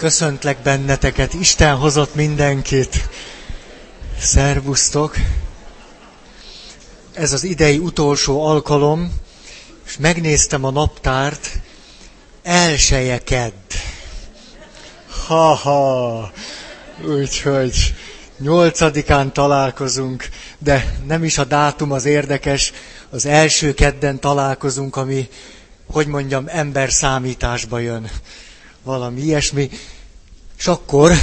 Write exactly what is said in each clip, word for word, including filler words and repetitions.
Köszöntlek benneteket, Isten hozott mindenkit. Szervusztok! Ez az idei utolsó alkalom, és megnéztem a naptárt, elseje kedd. Ha-ha! Úgyhogy nyolcadikán találkozunk, de nem is a dátum az érdekes, az első kedden találkozunk, ami, hogy mondjam, ember számításba jön. Valami ilyesmi. És akkor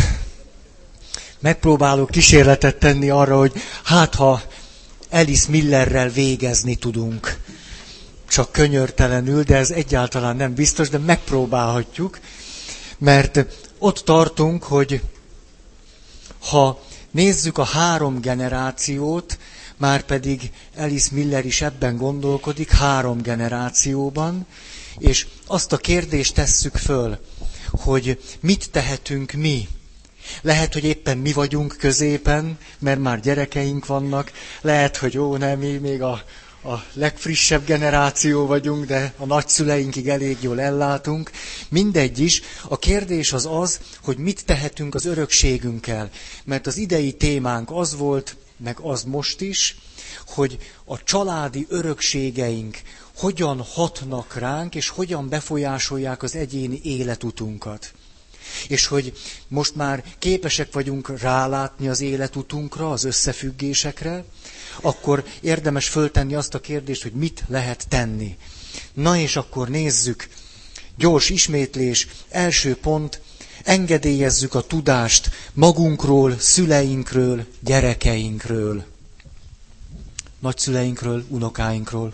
megpróbálok kísérletet tenni arra, hogy hát ha Alice Millerrel végezni tudunk. Csak könyörtelenül, de ez egyáltalán nem biztos, de megpróbálhatjuk. Mert ott tartunk, hogy ha nézzük a három generációt, már pedig Alice Miller is ebben gondolkodik, három generációban, és azt a kérdést tesszük föl, hogy mit tehetünk mi. Lehet, hogy éppen mi vagyunk középen, mert már gyerekeink vannak. Lehet, hogy ó, nem, mi még a, a legfrissebb generáció vagyunk, de a nagyszüleinkig elég jól ellátunk. Mindegy is. A kérdés az az, hogy mit tehetünk az örökségünkkel. Mert az idei témánk az volt, meg az most is, hogy a családi örökségeink hogyan hatnak ránk, és hogyan befolyásolják az egyéni életutunkat. És hogy most már képesek vagyunk rálátni az életutunkra, az összefüggésekre, akkor érdemes föltenni azt a kérdést, hogy mit lehet tenni. Na és akkor nézzük. Gyors ismétlés. Első pont. Engedélyezzük a tudást magunkról, szüleinkről, gyerekeinkről. Nagyszüleinkről, unokáinkról.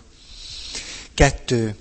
Kettő.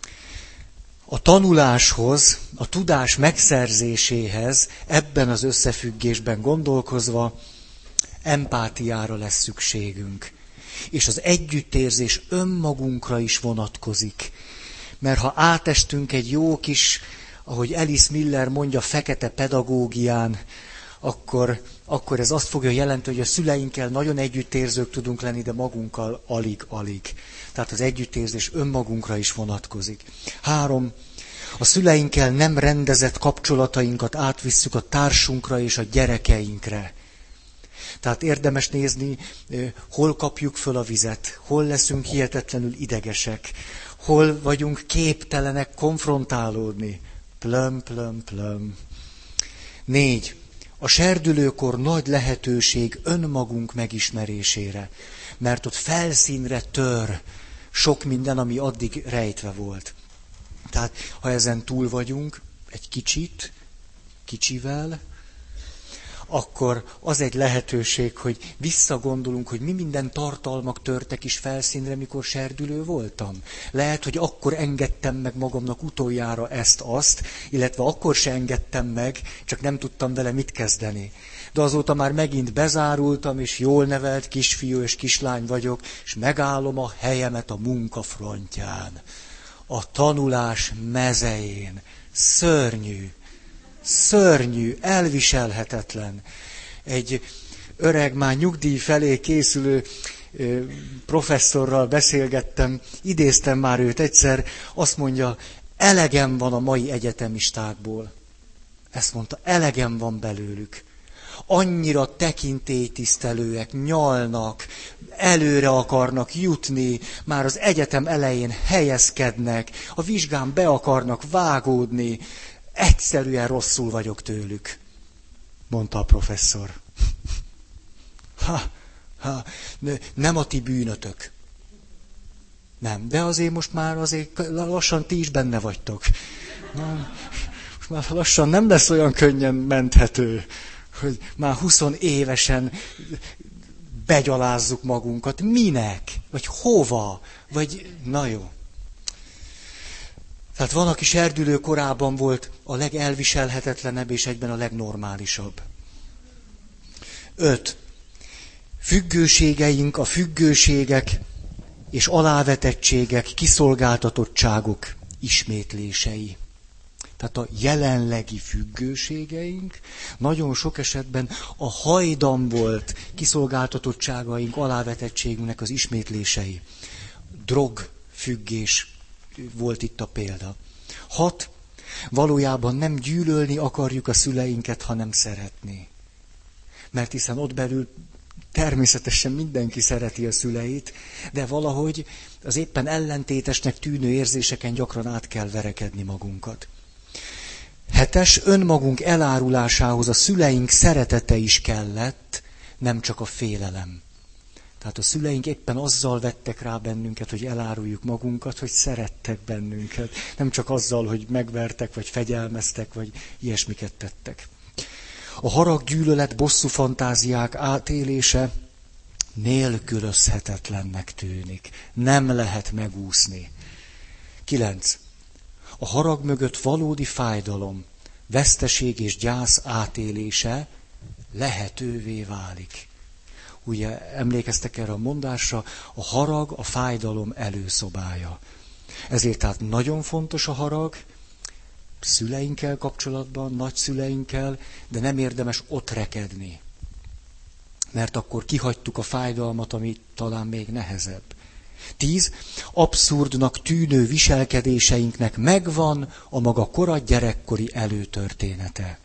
A tanuláshoz, a tudás megszerzéséhez ebben az összefüggésben gondolkozva empátiára lesz szükségünk. És az együttérzés önmagunkra is vonatkozik. Mert ha átestünk egy jó kis, ahogy Alice Miller mondja, fekete pedagógián, akkor, akkor ez azt fogja jelenteni, hogy a szüleinkkel nagyon együttérzők tudunk lenni, de magunkkal alig-alig. Tehát az együttérzés önmagunkra is vonatkozik. Három. A szüleinkkel nem rendezett kapcsolatainkat átvisszük a társunkra és a gyerekeinkre. Tehát érdemes nézni, hol kapjuk föl a vizet, hol leszünk hihetetlenül idegesek, hol vagyunk képtelenek konfrontálódni. Plöm, plöm, plöm. Négy. A serdülőkor nagy lehetőség önmagunk megismerésére, mert ott felszínre tör sok minden, ami addig rejtve volt. Tehát, ha ezen túl vagyunk, egy kicsit, kicsivel, akkor az egy lehetőség, hogy visszagondolunk, hogy mi minden tartalmak törtek is felszínre, mikor serdülő voltam. Lehet, hogy akkor engedtem meg magamnak utoljára ezt-azt, illetve akkor se engedtem meg, csak nem tudtam vele mit kezdeni. De azóta már megint bezárultam, és jól nevelt kisfiú és kislány vagyok, és megállom a helyemet a munka frontján. A tanulás mezején. Szörnyű. Szörnyű, elviselhetetlen. Egy öreg, már nyugdíj felé készülő professzorral beszélgettem, idéztem már őt egyszer, azt mondja, elegem van a mai egyetemistákból. Ezt mondta, elegem van belőlük. Annyira tekintélytisztelőek, nyalnak, előre akarnak jutni, már az egyetem elején helyezkednek, a vizsgán be akarnak vágódni. Egyszerűen rosszul vagyok tőlük, mondta a professzor. Ha, ha, nem a ti bűnötök. Nem, de azért most már azért lassan ti is benne vagytok. Na, most már lassan nem lesz olyan könnyen menthető, hogy már huszonévesen begyalázzuk magunkat. Minek? Vagy hova? Vagy, na jó. Tehát van, aki serdülő korában volt a legelviselhetetlenebb és egyben a legnormálisabb. Öt. Függőségeink, a függőségek és alávetettségek, kiszolgáltatottságok ismétlései. Tehát a jelenlegi függőségeink nagyon sok esetben a hajdan volt kiszolgáltatottságaink, alávetettségünknek az ismétlései. Drogfüggés volt itt a példa. Hat. Valójában nem gyűlölni akarjuk a szüleinket, hanem szeretni. Mert hiszen ott belül természetesen mindenki szereti a szüleit, de valahogy az éppen ellentétesnek tűnő érzéseken gyakran át kell verekedni magunkat. Hetes, önmagunk elárulásához a szüleink szeretete is kellett, nem csak a félelem. Tehát a szüleink éppen azzal vettek rá bennünket, hogy eláruljuk magunkat, hogy szerettek bennünket. Nem csak azzal, hogy megvertek, vagy fegyelmeztek, vagy ilyesmiket tettek. A harag, gyűlölet, bosszú fantáziák átélése nélkülözhetetlennek tűnik. Nem lehet megúszni. Kilenc. A harag mögött valódi fájdalom, veszteség és gyász átélése lehetővé válik. Ugye emlékeztek erre a mondásra, a harag a fájdalom előszobája. Ezért tehát nagyon fontos a harag, szüleinkkel kapcsolatban, nagyszüleinkkel, de nem érdemes ott rekedni. Mert akkor kihagytuk a fájdalmat, ami talán még nehezebb. Tíz. Abszurdnak tűnő viselkedéseinknek megvan a maga korai gyerekkori előtörténete.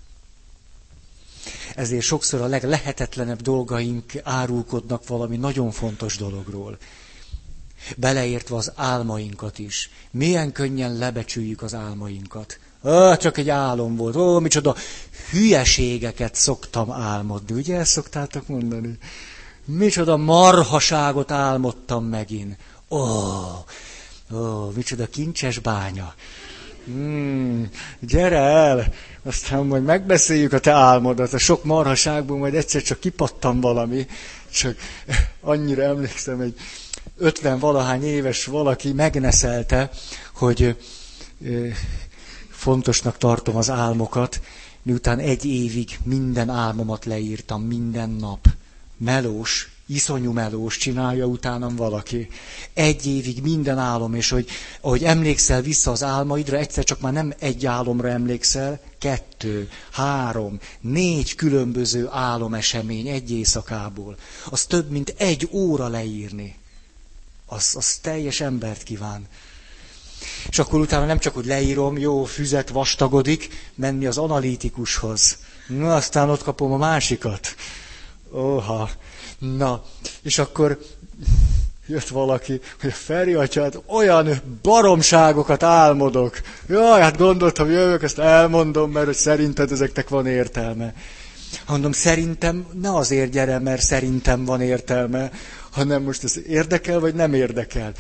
Ezért sokszor a leglehetetlenebb dolgaink árulkodnak valami nagyon fontos dologról. Beleértve az álmainkat is. Milyen könnyen lebecsüljük az álmainkat. Ó, csak egy álom volt. Ó, micsoda hülyeségeket szoktam álmodni. Ugye ezt szoktátok mondani? Micsoda marhaságot álmodtam megint. Ó, ó, micsoda kincses bánya. Hmm, gyere el, aztán majd megbeszéljük a te álmodat. A sok marhaságból majd egyszer csak kipattam valami. Csak annyira emlékszem, egy ötven valahány éves valaki megneszelte, hogy fontosnak tartom az álmokat, miután egy évig minden álmomat leírtam, minden nap. Melós, iszonyú melós, csinálja utánam valaki. Egy évig minden álom, és hogy ahogy emlékszel vissza az álmaidra, egyszer csak már nem egy álomra emlékszel, kettő, három, négy különböző álomesemény egy éjszakából. Az több, mint egy óra leírni. Az, az teljes embert kíván. És akkor utána nem csak, hogy leírom, jó, füzet vastagodik, menni az analitikushoz. Na, aztán ott kapom a másikat. Óha. Na, és akkor jött valaki, hogy a Feri atyát, olyan baromságokat álmodok. Jaj, hát gondoltam, jövök, ezt elmondom, mert hogy szerinted ezeknek van értelme. Mondom, szerintem ne azért gyere, mert szerintem van értelme, hanem most ez érdekel, vagy nem érdekel.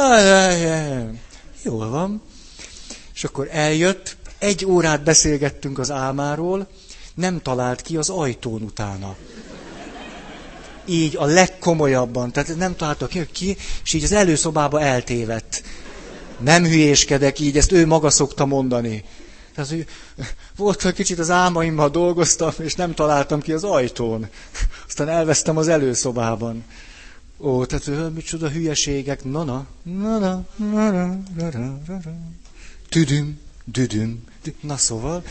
Jól van. És akkor eljött, egy órát beszélgettünk az álmáról, nem talált ki az ajtón utána. Így a legkomolyabban, tehát nem találtak ki, ki, és így az előszobába eltévedt. Nem hülyéskedek, így ezt ő maga szokta mondani. Tehát, hogy volt egy kicsit az álmaimmal dolgoztam, és nem találtam ki az ajtón. Aztán elvesztem az előszobában. Ó, tehát micsoda hülyeségek, na-na, na-na, na-na, na-na, na-na. Tüdüm, düdüm, na szóval.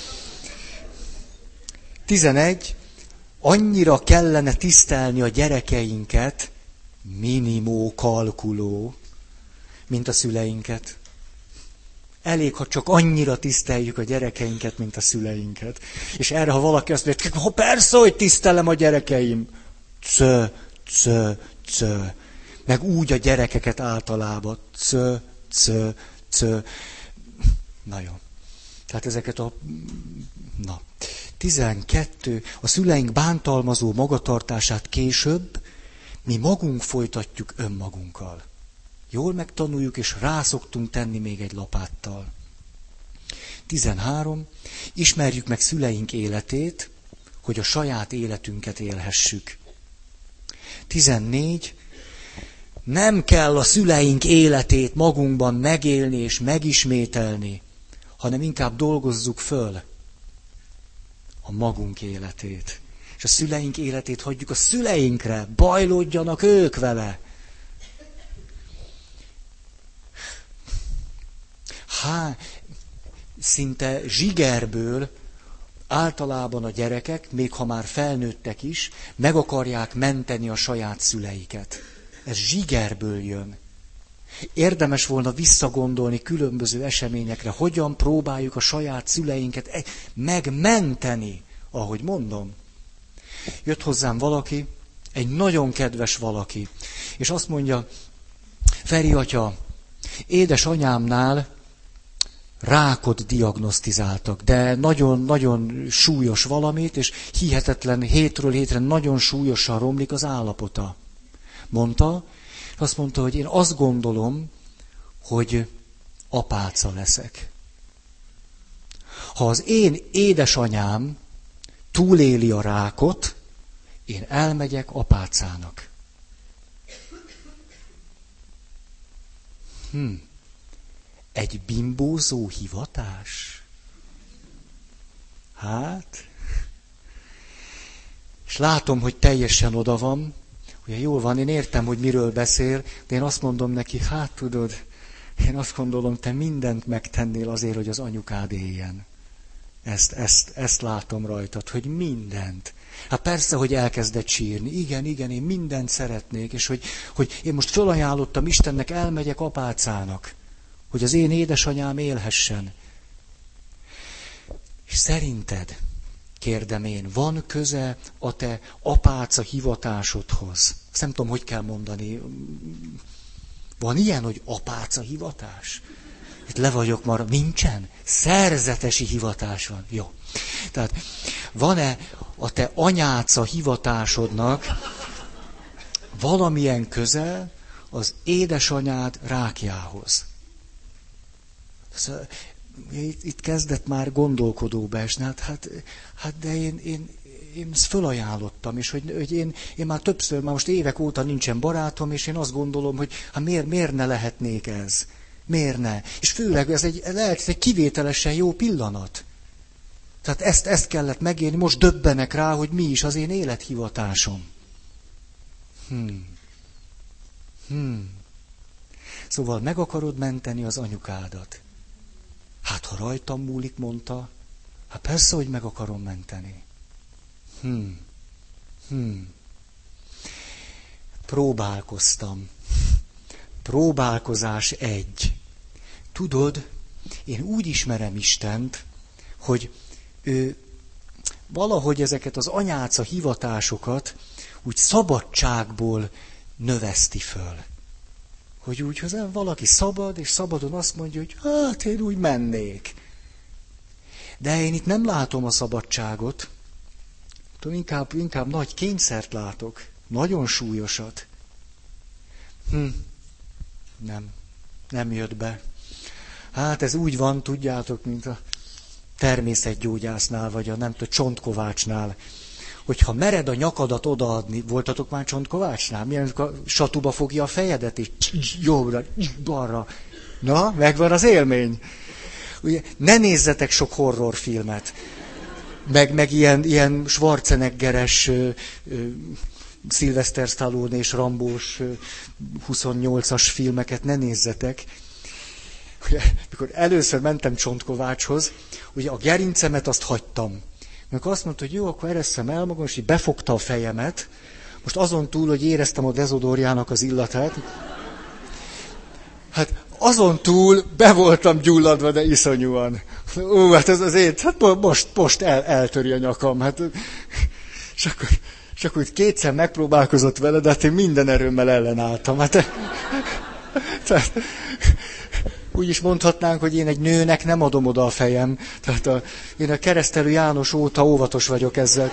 tizenegy. Annyira kellene tisztelni a gyerekeinket, minimó kalkuló, mint a szüleinket. Elég, ha csak annyira tiszteljük a gyerekeinket, mint a szüleinket. És erre, ha valaki azt mondja, ha persze, hogy tisztelem a gyerekeim. Cö, cö, cö. Meg úgy a gyerekeket általában. Cö, cö, cö. Na jó. Tehát ezeket a... Na. tizenkettő. A szüleink bántalmazó magatartását később mi magunk folytatjuk önmagunkkal. Jól megtanuljuk, és rászoktunk tenni még egy lapáttal. tizenhárom. Ismerjük meg szüleink életét, hogy a saját életünket élhessük. tizennégy. Nem kell a szüleink életét magunkban megélni és megismételni, hanem inkább dolgozzuk föl a magunk életét. És a szüleink életét hagyjuk a szüleinkre, bajlódjanak ők vele. Há, szinte zsigerből általában a gyerekek, még ha már felnőttek is, meg akarják menteni a saját szüleiket. Ez zsigerből jön. Érdemes volna visszagondolni különböző eseményekre, hogyan próbáljuk a saját szüleinket megmenteni, ahogy mondom. Jött hozzám valaki, egy nagyon kedves valaki, és azt mondja, Feri atya, édesanyámnál rákot diagnosztizáltak, de nagyon-nagyon súlyos valamit, és hihetetlen hétről hétre nagyon súlyosan romlik az állapota. Mondta, és azt mondta, hogy én azt gondolom, hogy apáca leszek. Ha az én édesanyám túléli a rákot, én elmegyek apácának. Hm. Egy bimbózó hivatás? Hát? És látom, hogy teljesen oda van. Ugye jól van, én értem, hogy miről beszél, de én azt mondom neki, hát tudod, én azt gondolom, te mindent megtennél azért, hogy az anyukád éljen. Ezt, ezt, ezt látom rajtad, hogy mindent. Hát persze, hogy elkezdett sírni. Igen, igen, én mindent szeretnék, és hogy, hogy én most fölajánlottam Istennek, elmegyek apácának, hogy az én édesanyám élhessen. És szerinted, kérdem én, van köze a te apáca hivatásodhoz? Azt nem tudom, hogy kell mondani. Van ilyen, hogy apáca hivatás? Itt le vagyok már, nincsen? Szerzetesi hivatás van. Jó. Tehát van-e a te anyáca hivatásodnak valamilyen köze az édesanyád rákjához? Szóval, itt, itt kezdett már gondolkodóba esni, hát, hát, hát de én, én, én ezt fölajánlottam, és hogy, hogy én, én már többször, már most évek óta nincsen barátom, és én azt gondolom, hogy hát miért, miért ne lehetnék ez? Miért ne? És főleg ez egy, lehet, egy kivételesen jó pillanat. Tehát ezt, ezt kellett megélni, most döbbenek rá, hogy mi is az én élethivatásom. Hmm. Hmm. Szóval meg akarod menteni az anyukádat. Hát, ha rajtam múlik, mondta, hát persze, hogy meg akarom menteni. Hmm. Hmm. Próbálkoztam. Próbálkozás egy. Tudod, én úgy ismerem Istent, hogy ő valahogy ezeket az anyáca hivatásokat úgy szabadságból növeszti föl. Hogy úgy, hogy valaki szabad, és szabadon azt mondja, hogy hát én úgy mennék. De én itt nem látom a szabadságot, inkább, inkább nagy kényszert látok, nagyon súlyosat. Hm. Nem, nem jött be. Hát ez úgy van, tudjátok, mint a természetgyógyásznál, vagy a nem tudom, Csontkovácsnál, hogyha mered a nyakadat odaadni, voltatok már Csontkovácsnál? Milyen, a satuba fogja a fejedet, és jobbra, balra. Na, megvan az élmény. Ugye, ne nézzetek sok horrorfilmet, meg, meg ilyen, ilyen Schwarzeneggeres, Sylvester Stallone és Rambós huszonnyolcas filmeket ne nézzetek. Ugye, mikor először mentem Csontkovácshoz, ugye a gerincemet azt hagytam. Mert azt mondta, hogy jó, akkor eresszem el magam, és így befogta a fejemet. Most azon túl, hogy éreztem a dezodorjának az illatát. Hát azon túl be voltam gyulladva, de iszonyúan. Ó, hát ez azért, hát most, most el, eltöri a nyakam. Hát, és akkor, és akkor itt kétszer megpróbálkozott vele, de hát én minden erőmmel ellenálltam. Hát, tehát, úgy is mondhatnánk, hogy én egy nőnek nem adom oda a fejem. Tehát a, én a Keresztelő János óta óvatos vagyok ezzel.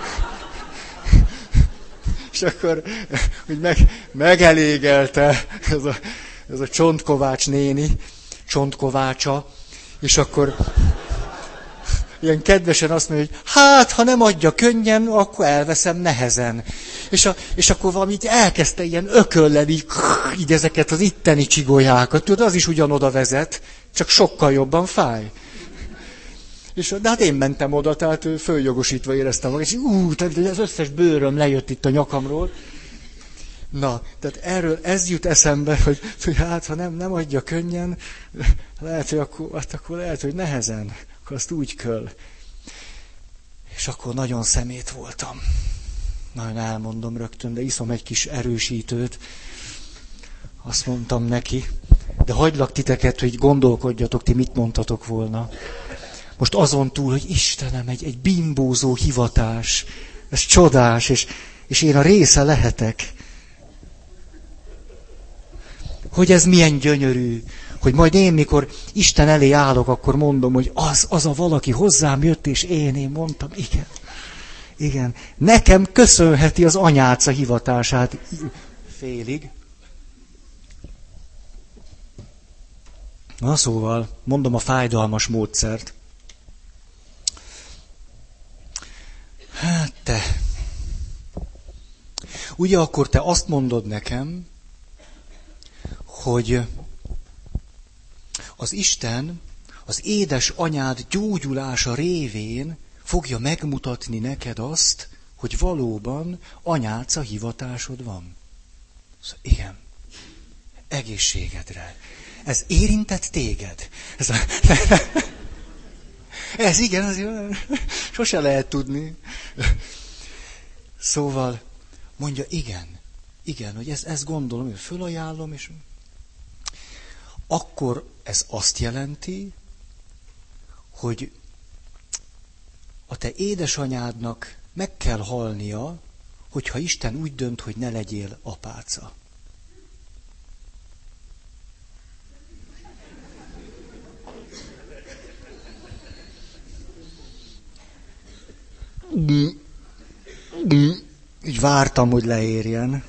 És akkor úgy meg, megelégelte ez a, ez a Csontkovács néni, Csontkovácsa, és akkor ilyen kedvesen azt mondja, hogy hát, ha nem adja könnyen, akkor elveszem nehezen. És, a, és akkor valamit elkezdte ilyen ökölleni, így, így ezeket az itteni csigolyákat. Tudod, az is ugyanoda vezet, csak sokkal jobban fáj. És, de hát én mentem oda, tehát följogosítva éreztem magam, és ú, tehát az összes bőröm lejött itt a nyakamról. Na, tehát erről ez jut eszembe, hogy, hogy hát, ha nem, nem adja könnyen, lehet, hogy akkor, hát akkor lehet, hogy nehezen, akkor azt úgy köl. És akkor nagyon szemét voltam. Nagyon elmondom rögtön, de iszom egy kis erősítőt. Azt mondtam neki, de hagylak titeket, hogy gondolkodjatok, ti mit mondtatok volna. Most azon túl, hogy Istenem, egy, egy bimbózó hivatás, ez csodás, és, és én a része lehetek. Hogy ez milyen gyönyörű, hogy majd én, mikor Isten elé állok, akkor mondom, hogy az, az a valaki hozzám jött, és én, én mondtam, igen, igen, nekem köszönheti az anyáca hivatását félig. Na szóval, mondom a fájdalmas módszert. Hát te, ugye akkor te azt mondod nekem, hogy az Isten az édes anyád gyógyulása révén fogja megmutatni neked azt, hogy valóban anyáca hivatásod van. Szóval igen, egészségedre. Ez érintett téged. Ez, a... Ez igen, az sose lehet tudni. Szóval mondja, igen, igen, hogy ezt, ezt gondolom, hogy fölajánlom, és akkor ez azt jelenti, hogy a te édesanyádnak meg kell halnia, hogyha Isten úgy dönt, hogy ne legyél apáca. Így vártam, hogy leérjen.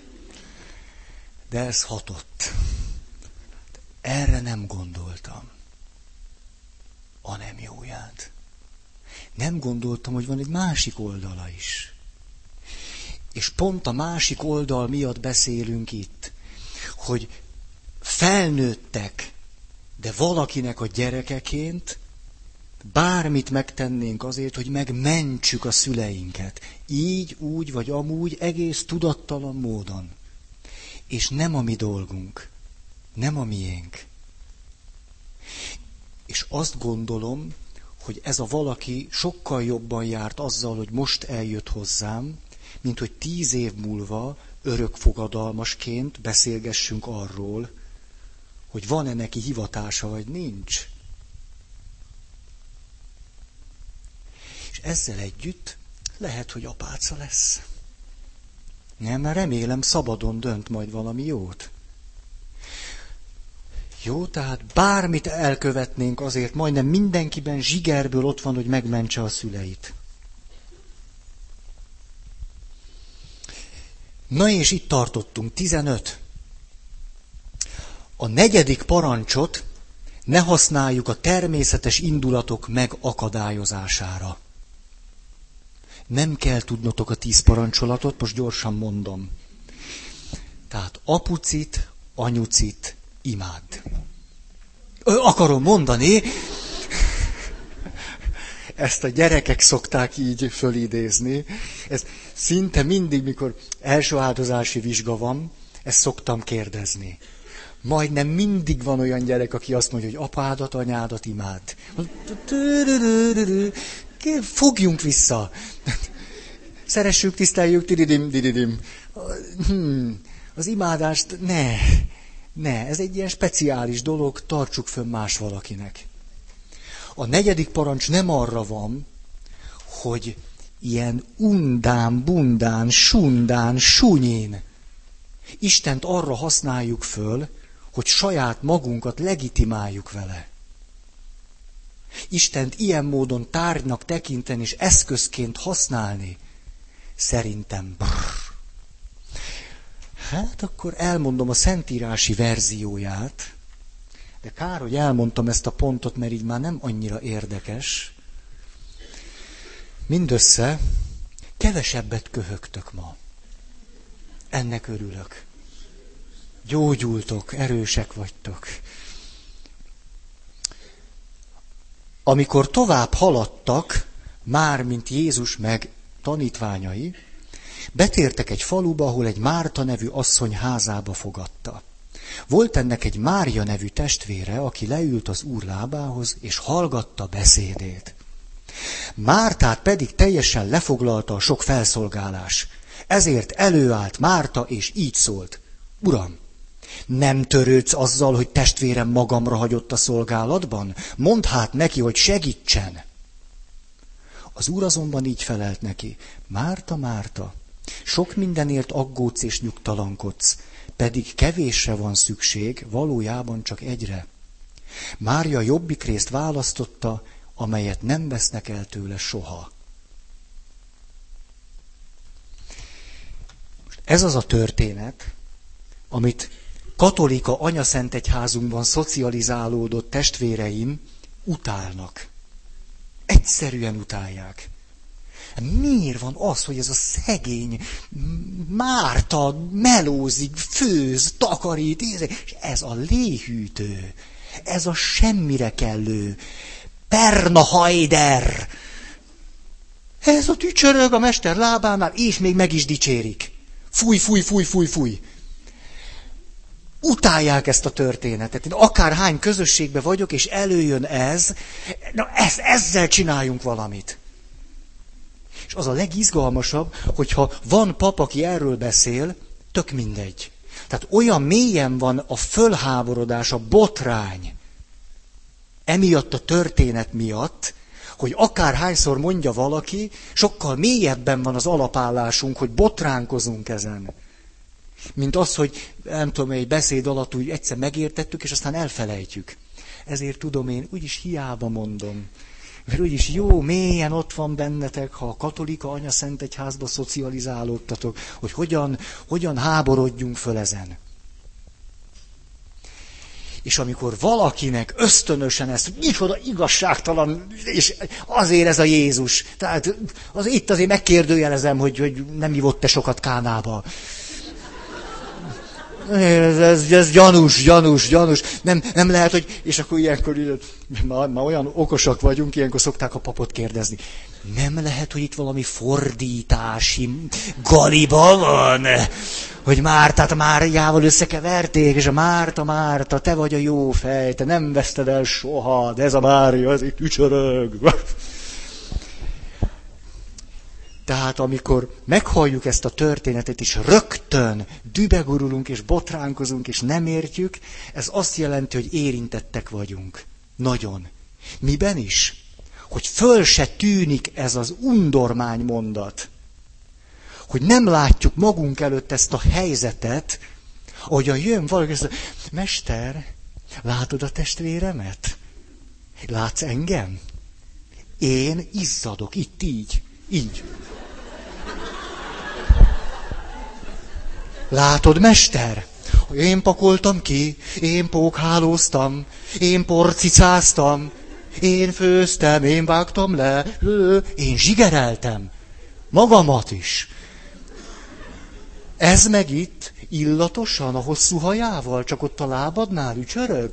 De ez hatott. Erre nem gondoltam. A nem jóját. Nem gondoltam, hogy van egy másik oldala is. És pont a másik oldal miatt beszélünk itt, hogy felnőttek, de valakinek a gyerekeként bármit megtennénk azért, hogy megmentsük a szüleinket. Így, úgy, vagy amúgy, egész tudattalan módon. És nem a mi dolgunk. Nem a miénk. És azt gondolom, hogy ez a valaki sokkal jobban járt azzal, hogy most eljött hozzám, mint hogy tíz év múlva örökfogadalmasként beszélgessünk arról, hogy van-e neki hivatása, vagy nincs. És ezzel együtt lehet, hogy apáca lesz. Nem, mert remélem szabadon dönt majd valami jót. Jó, tehát bármit elkövetnénk azért, majdnem mindenkiben zsigerből ott van, hogy megmentse a szüleit. Na és itt tartottunk, tizenöt. A negyedik parancsot ne használjuk a természetes indulatok megakadályozására. Nem kell tudnotok a tíz parancsolatot, most gyorsan mondom. Tehát apucit, anyucit imádd. Ö, akarom mondani, ezt a gyerekek szokták így fölidézni. Ez szinte mindig, mikor első áldozási vizsga van, ezt szoktam kérdezni. Majdnem mindig van olyan gyerek, aki azt mondja, hogy apádat, anyádat imádd. Fogjunk vissza. Szeressük, tiszteljük, dididim, dididim. Az imádást ne, ne, ez egy ilyen speciális dolog, tartsuk fönn más valakinek. A negyedik parancs nem arra van, hogy ilyen undán, bundán, sundán, sunyin Istent arra használjuk föl, hogy saját magunkat legitimáljuk vele. Istent ilyen módon tárgynak tekinteni és eszközként használni, szerintem brrr. Hát akkor elmondom a szentírási verzióját, de kár, hogy elmondtam ezt a pontot, mert így már nem annyira érdekes. Mindössze kevesebbet köhögtök ma. Ennek örülök. Gyógyultok, erősek vagytok. Amikor tovább haladtak, már mint Jézus meg tanítványai, betértek egy faluba, ahol egy Márta nevű asszony házába fogadta. Volt ennek egy Mária nevű testvére, aki leült az Úr lábához, és hallgatta beszédét. Mártát pedig teljesen lefoglalta a sok felszolgálás. Ezért előállt Márta, és így szólt: Uram, Nem törődsz azzal, hogy testvérem magamra hagyott a szolgálatban? Mondd hát neki, hogy segítsen. Az úr azonban így felelt neki. Márta, Márta, sok mindenért aggódsz és nyugtalankodsz, pedig kevésre van szükség, valójában csak egyre. Mária jobbik részt választotta, amelyet nem vesznek el tőle soha. Most ez az a történet, amit katolika anyaszentegyházunkban szocializálódott testvéreim utálnak. Egyszerűen utálják. Miért van az, hogy ez a szegény Márta melózik, főz, takarít, és ez a léhűtő, ez a semmire kellő, Perna Hajder, ez a tücsörög a mester lábánál, és még meg is dicsérik. Fúj, fúj, fúj, fúj, fúj. Utálják ezt a történetet. Én akárhány közösségben vagyok, és előjön ez, na ez, ezzel csináljunk valamit. És az a legizgalmasabb, hogyha van pap, aki erről beszél, tök mindegy. Tehát olyan mélyen van a fölháborodás, a botrány, emiatt a történet miatt, hogy akárhányszor mondja valaki, sokkal mélyebben van az alapállásunk, hogy botránkozunk ezen. Mint az, hogy nem tudom, egy beszéd alatt úgy egyszer megértettük, és aztán elfelejtjük. Ezért tudom én, úgyis hiába mondom. Mert úgyis jó, mélyen ott van bennetek, ha a katolika anyaszentegyházba szocializálódtatok, hogy hogyan, hogyan háborodjunk föl ezen. És amikor valakinek ösztönösen ezt, micsoda igazságtalan, és azért ez a Jézus. Tehát az, itt azért megkérdőjelezem, hogy, hogy nem ivott te sokat Kánába. Ez, ez, ez gyanús, gyanús, gyanús. Nem, nem lehet, hogy... És akkor ilyenkor, már, már olyan okosak vagyunk, ilyenkor szokták a papot kérdezni. Nem lehet, hogy itt valami fordítási galiba van? Hogy Mártát a Máriával összekeverték, és a Márta, Márta, te vagy a jó fej, te nem veszted el soha, de ez a Mária, ez itt ücsörög. Tehát amikor meghalljuk ezt a történetet, és rögtön dübegurulunk, és botránkozunk, és nem értjük, ez azt jelenti, hogy érintettek vagyunk. Nagyon. Miben is? Hogy föl se tűnik ez az undormány mondat. Hogy nem látjuk magunk előtt ezt a helyzetet, ahogyan jön valaki, és mondja, Mester, látod a testvéremet? Látsz engem? Én izzadok, itt így, így. Látod, Mester? Én pakoltam ki, én pókhálóztam, én porcicáztam, én főztem, én vágtam le, én zsigereltem. Magamat is. Ez meg itt, illatosan, a hosszú hajával, csak ott a lábadnál ücsörög?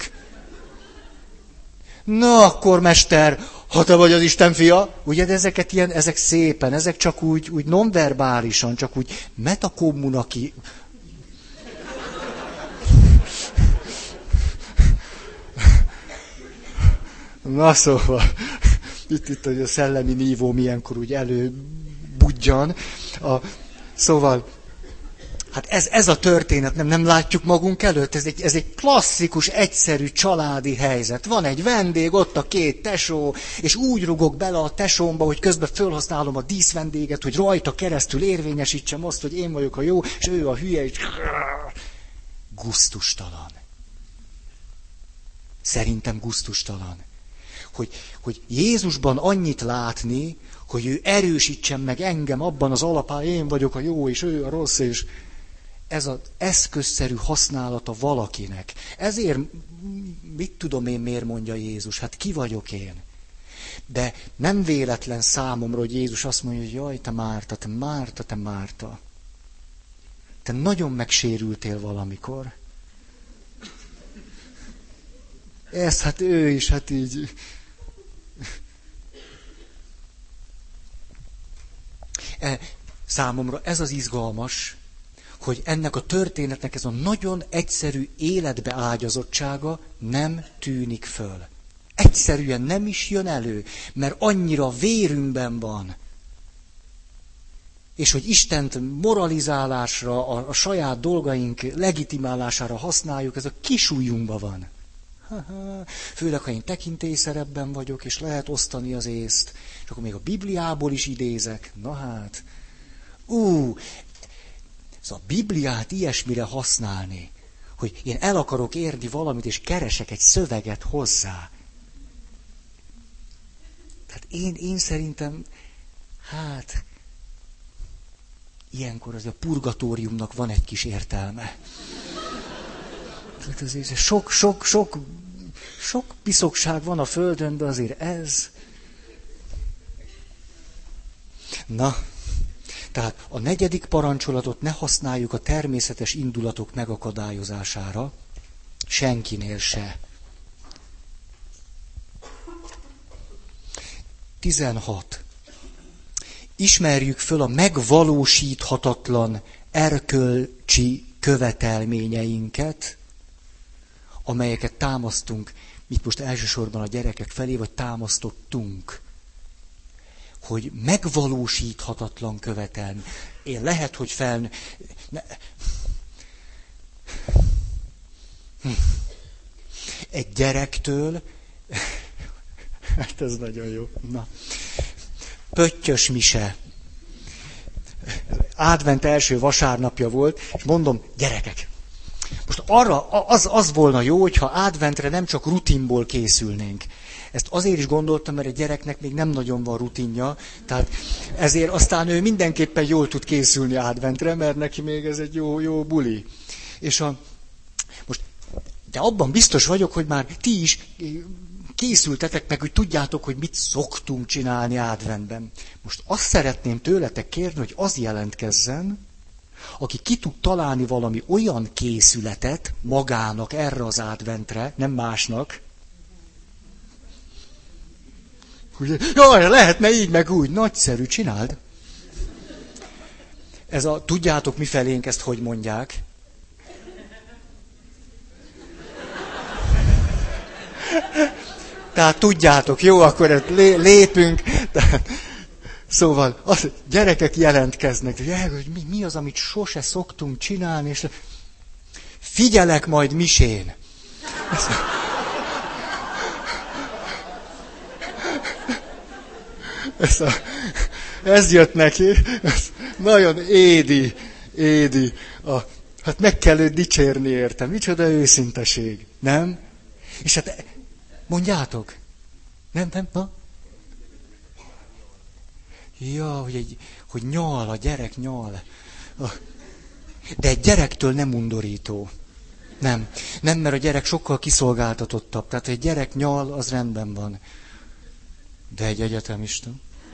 Na akkor, Mester, ha te vagy az Isten fia, ugye, de ezeket ilyen, ezek szépen, ezek csak úgy, úgy nonverbálisan, csak úgy metakommunaki. Na szóval, itt, itt a szellemi nívó milyenkor úgy előbudjan. A, szóval, hát ez, ez a történet, nem, nem látjuk magunk előtt, ez egy, ez egy klasszikus, egyszerű családi helyzet. Van egy vendég, ott a két tesó, és úgy rugok bele a tesómba, hogy közben felhasználom a díszvendéget, hogy rajta keresztül érvényesítsem azt, hogy én vagyok a jó, és ő a hülye, és gusztustalan. Szerintem gusztustalan. Hogy, hogy Jézusban annyit látni, hogy ő erősítsen meg engem abban az alapán, én vagyok a jó, és ő a rossz, és ez az eszközszerű használata valakinek. Ezért, mit tudom én, miért mondja Jézus? Hát ki vagyok én? De nem véletlen számomra, hogy Jézus azt mondja, hogy jaj, te Márta, te Márta, te Márta. Te nagyon megsérültél valamikor. Ez, hát ő is, hát így... E, számomra ez az izgalmas, hogy ennek a történetnek ez a nagyon egyszerű életbe ágyazottsága nem tűnik föl. Egyszerűen nem is jön elő, mert annyira vérünkben van. és hogy Istent moralizálásra, a, a saját dolgaink legitimálására használjuk, ez a kisujjunkban van. Főleg, ha én tekintélyszerebben vagyok, és lehet osztani az észt, és akkor még a Bibliából is idézek. Na hát, ú, szóval a Bibliát ilyesmire használni, hogy én el akarok érni valamit, és keresek egy szöveget hozzá. Tehát én, én szerintem, hát, ilyenkor az a purgatóriumnak van egy kis értelme. Tehát azért sok, sok, sok, sok piszokság van a földön, de azért ez. Na, tehát a negyedik parancsolatot ne használjuk a természetes indulatok megakadályozására, senkinél se. tizenhat. Ismerjük föl a megvalósíthatatlan erkölcsi követelményeinket, amelyeket támasztunk, itt most elsősorban a gyerekek felé, vagy támasztottunk. Hogy megvalósíthatatlan követelmény. Én lehet, hogy fel... Ne... Hm. Egy gyerektől... Hát ez nagyon jó. Na. Pöttyös mise. Advent első vasárnapja volt, és mondom, gyerekek, most arra az, az volna jó, hogyha adventre nem csak rutinból készülnénk. Ezt azért is gondoltam, mert a gyereknek még nem nagyon van rutinja, tehát ezért aztán ő mindenképpen jól tud készülni adventre, mert neki még ez egy jó, jó buli. És a, most, de abban biztos vagyok, hogy már ti is készültetek meg, hogy tudjátok, hogy mit szoktunk csinálni adventben. Most azt szeretném tőletek kérni, hogy az jelentkezzen, aki ki tud találni valami olyan készületet magának erre az adventre, nem másnak, hogy jaj, lehetne így, meg úgy. Nagyszerű, csináld. Ez a, tudjátok mifelénk ezt hogy mondják? Tehát tudjátok, jó, akkor lépünk. Tehát, szóval, az, gyerekek jelentkeznek, hogy mi, mi az, amit sose szoktunk csinálni, és figyelek majd misén. Ez, a, ez jött neki, ez nagyon édi, édi. A, hát meg kell őt dicsérni értem. Micsoda őszinteség, nem? És hát mondjátok. Nem, nem, na? Ja, hogy, egy, hogy nyal, a gyerek nyal. De egy gyerektől nem undorító. Nem. Nem, mert a gyerek sokkal kiszolgáltatottabb. Tehát, hogy egy gyerek nyal, az rendben van. De egy egyetemista.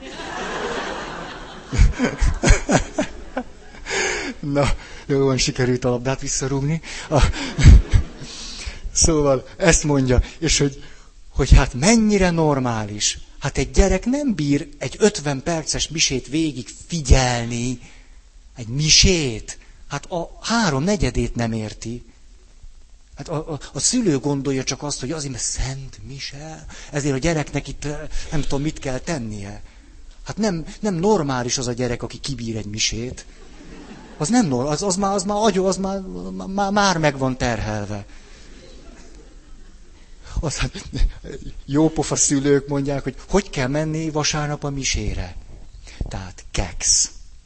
Na, jó van, sikerült a labdát visszarúgni. A... Szóval ezt mondja, és hogy, hogy hát mennyire normális. Hát egy gyerek nem bír egy ötven perces misét végig figyelni. Egy misét. Hát a három negyedét nem érti. Hát a, a, a szülő gondolja csak azt, hogy azért, mert szent mise, ezért a gyereknek itt nem tudom, mit kell tennie. Hát nem, nem normális az a gyerek, aki kibír egy misét. Az nem normális, az, az már, az már agyó, az már, már, már meg van terhelve. Aztán jópofa szülők mondják, hogy hogy kell menni vasárnap a misére. Tehát keksz,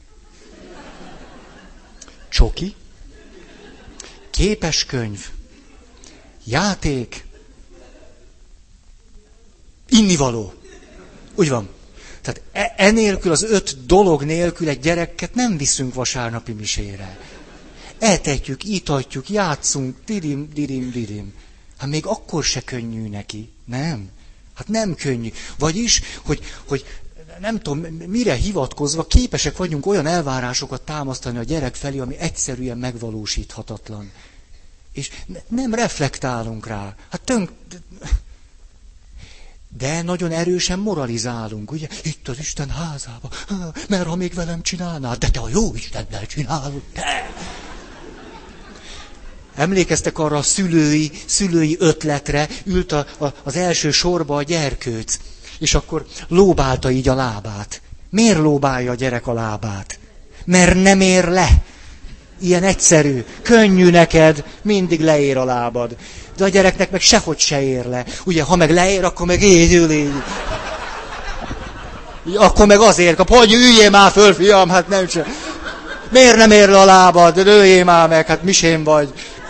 csoki, képeskönyv, játék, innivaló. Úgy van. Tehát enélkül, az öt dolog nélkül egy gyereket nem viszünk vasárnapi misére. Etetjük, itatjuk, játszunk, dirim, dirim, dirim. Hát még akkor se könnyű neki. Nem. Hát nem könnyű. Vagyis, hogy, hogy nem tudom, mire hivatkozva képesek vagyunk olyan elvárásokat támasztani a gyerek felé, ami egyszerűen megvalósíthatatlan. És nem reflektálunk rá. Hát tönk... De nagyon erősen moralizálunk, ugye? Itt az Isten házába, mert ha még velem csinálnád, de te a jó Istennel csinálod. De. Emlékeztek arra a szülői, szülői ötletre, ült a, a, az első sorba a gyerkőc, és akkor lóbálta így a lábát. Miért lóbálja a gyerek a lábát? Mert nem ér le. Ilyen egyszerű. Könnyű neked, mindig leér a lábad. De a gyereknek meg sehogy se ér le. Ugye, ha meg leér, akkor meg így ül így. Akkor meg azért kap, hogy üljél már föl, fiam, hát nem csak. Miért nem ér le a lábad? Lőjél már meg, hát misén vagy.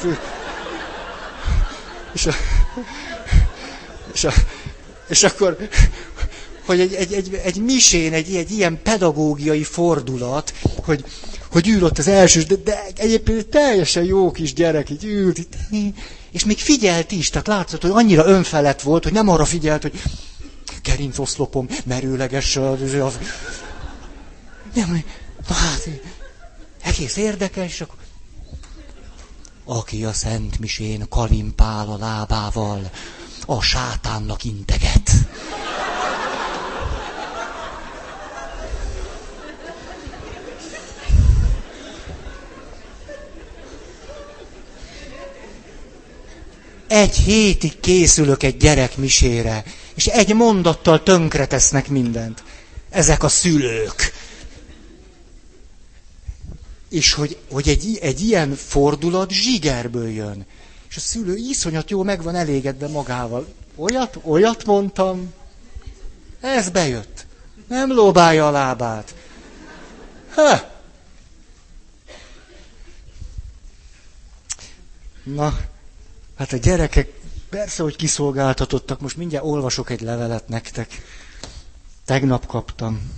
És, a, és, a, és akkor, hogy egy, egy, egy, egy misén, egy, egy ilyen pedagógiai fordulat, hogy, hogy ül ott az első, de, de egyébként teljesen jó kis gyerek, így ült, itt, és még figyelt is, tehát látszott, hogy annyira önfelett volt, hogy nem arra figyelt, hogy gerincoszlopom, merőleges, az, az. Nem, na hát, egész érdekes, és akkor aki a Szent Misén kalimpál a lábával, a sátánnak integet. Egy hétig készülök egy gyerekmisére, és egy mondattal tönkretesznek mindent. Ezek a szülők. És hogy, hogy egy, egy ilyen fordulat zsigerből jön. És a szülő iszonyat jól meg van elégedve magával. Olyat, olyat mondtam, ez bejött. Nem lóbálja a lábát. Ha. Na, hát a gyerekek persze, hogy kiszolgáltatottak. Most mindjárt olvasok egy levelet nektek. Tegnap kaptam.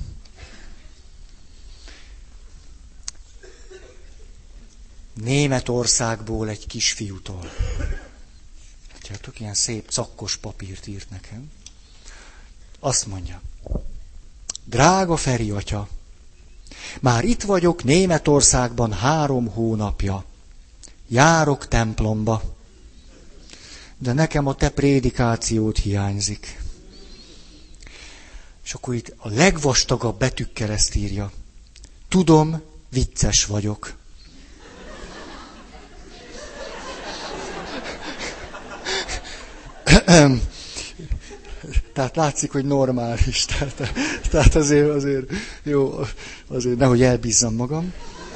Németországból egy kisfiútól. Látjátok, ilyen szép cakkos papírt írt nekem. Azt mondja. Drága Feri atya, már itt vagyok Németországban három hónapja. Járok templomba. De nekem a te prédikációt hiányzik. És akkor itt a legvastagabb betűkkel ezt írja. Tudom, vicces vagyok. Tehát látszik, hogy normális. Tehát, tehát azért, azért jó, azért nehogy elbízzam magam.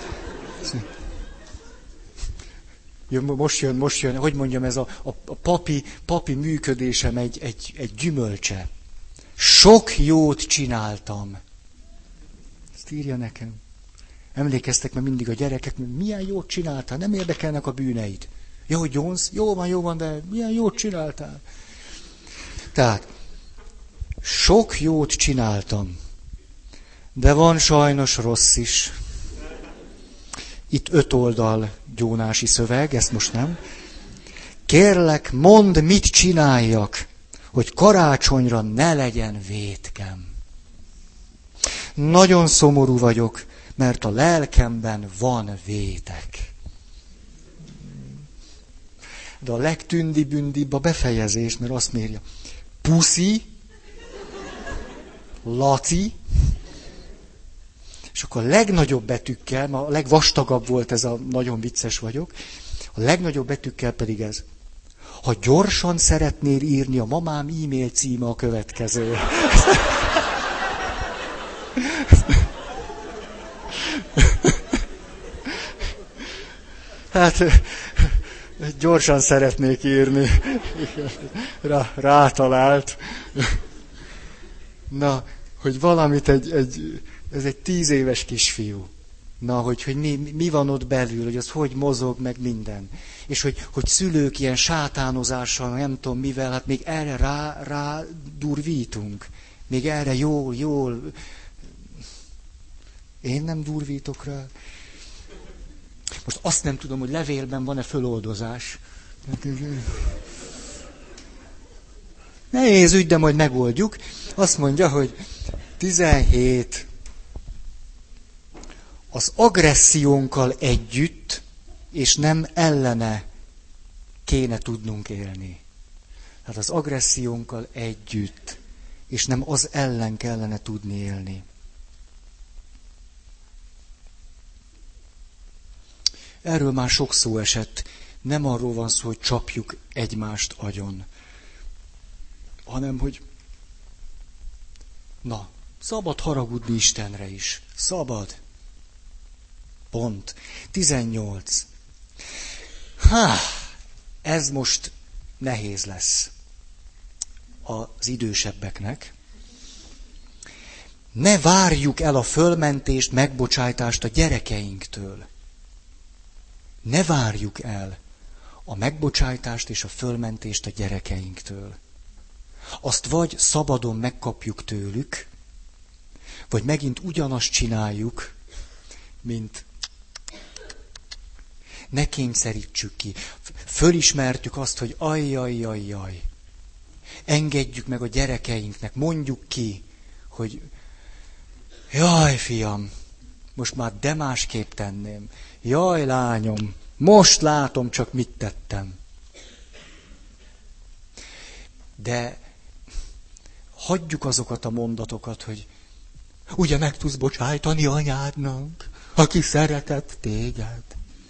Most jön, most jön, hogy mondjam, ez a, a, a papi, papi működésem egy, egy, egy gyümölcse. Sok jót csináltam. Ezt írja nekem. Emlékeztek meg mindig a gyerekek, milyen jót csináltál, nem érdekelnek a bűneid. Jó, hogy Jones, jó van, jó van, de milyen jót csináltál. Tehát, sok jót csináltam, de van sajnos rossz is. Itt öt oldal gyónási szöveg, ezt most nem. Kérlek, mondd, mit csináljak, hogy karácsonyra ne legyen vétkem. Nagyon szomorú vagyok, mert a lelkemben van vétek. De a legtündi-bündibb a befejezés, mert azt mérja. Puszi, Laci, és akkor a legnagyobb betűkkel, ma a legvastagabb volt ez a nagyon vicces vagyok, a legnagyobb betűkkel pedig ez. Ha gyorsan szeretnél írni, a mamám e-mail címe a következő. Hát, gyorsan szeretnék írni. Rá, rátalált. Na, hogy valamit egy, egy, ez egy tíz éves kisfiú. Na, hogy, hogy mi, mi van ott belül, hogy az hogy mozog, meg minden. És hogy, hogy szülők ilyen sátánozással, nem tudom mivel, hát még erre rá, rá durvítunk. Még erre jól, jól. Én nem durvítok rá. Most azt nem tudom, hogy levélben van-e föloldozás. Nehéz ügy, de majd megoldjuk. Azt mondja, hogy tizenhét. Az agressziónkkal együtt, és nem ellene kéne tudnunk élni. Tehát az agressziónkkal együtt, és nem az ellen kellene tudni élni. Erről már sok szó esett. Nem arról van szó, hogy csapjuk egymást agyon, hanem, hogy na, szabad haragudni Istenre is. Szabad. Pont. tizennyolc. Há, ez most nehéz lesz az idősebbeknek. Ne várjuk el a fölmentést, megbocsájtást a gyerekeinktől. Ne várjuk el a megbocsájtást és a fölmentést a gyerekeinktől. Azt vagy szabadon megkapjuk tőlük, vagy megint ugyanazt csináljuk, mint ne kényszerítsük ki. Fölismertük azt, hogy ajjajjajjaj. Engedjük meg a gyerekeinknek, mondjuk ki, hogy jaj, fiam, most már de másképp tenném. Jaj, lányom, most látom csak mit tettem. De hagyjuk azokat a mondatokat, hogy ugye meg tudsz bocsájtani anyádnak, aki szeretett téged.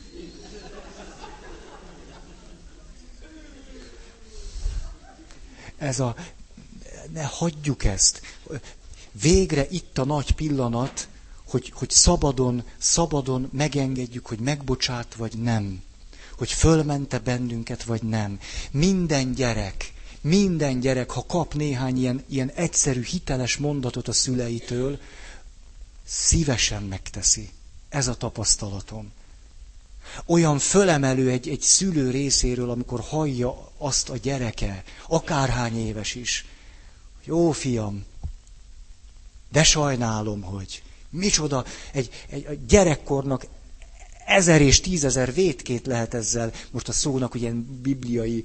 Ez a... Ne hagyjuk ezt. Végre itt a nagy pillanat, hogy, hogy szabadon, szabadon megengedjük, hogy megbocsát vagy nem. Hogy fölmente bennünket vagy nem. Minden gyerek, minden gyerek, ha kap néhány ilyen, ilyen egyszerű, hiteles mondatot a szüleitől, szívesen megteszi. Ez a tapasztalatom. Olyan fölemelő egy, egy szülő részéről, amikor hallja azt a gyereke, akárhány éves is, hogy ó, fiam, de sajnálom, hogy micsoda, egy, egy a gyerekkornak ezer és tízezer vétkét lehet ezzel, most a szónak ugye ilyen bibliai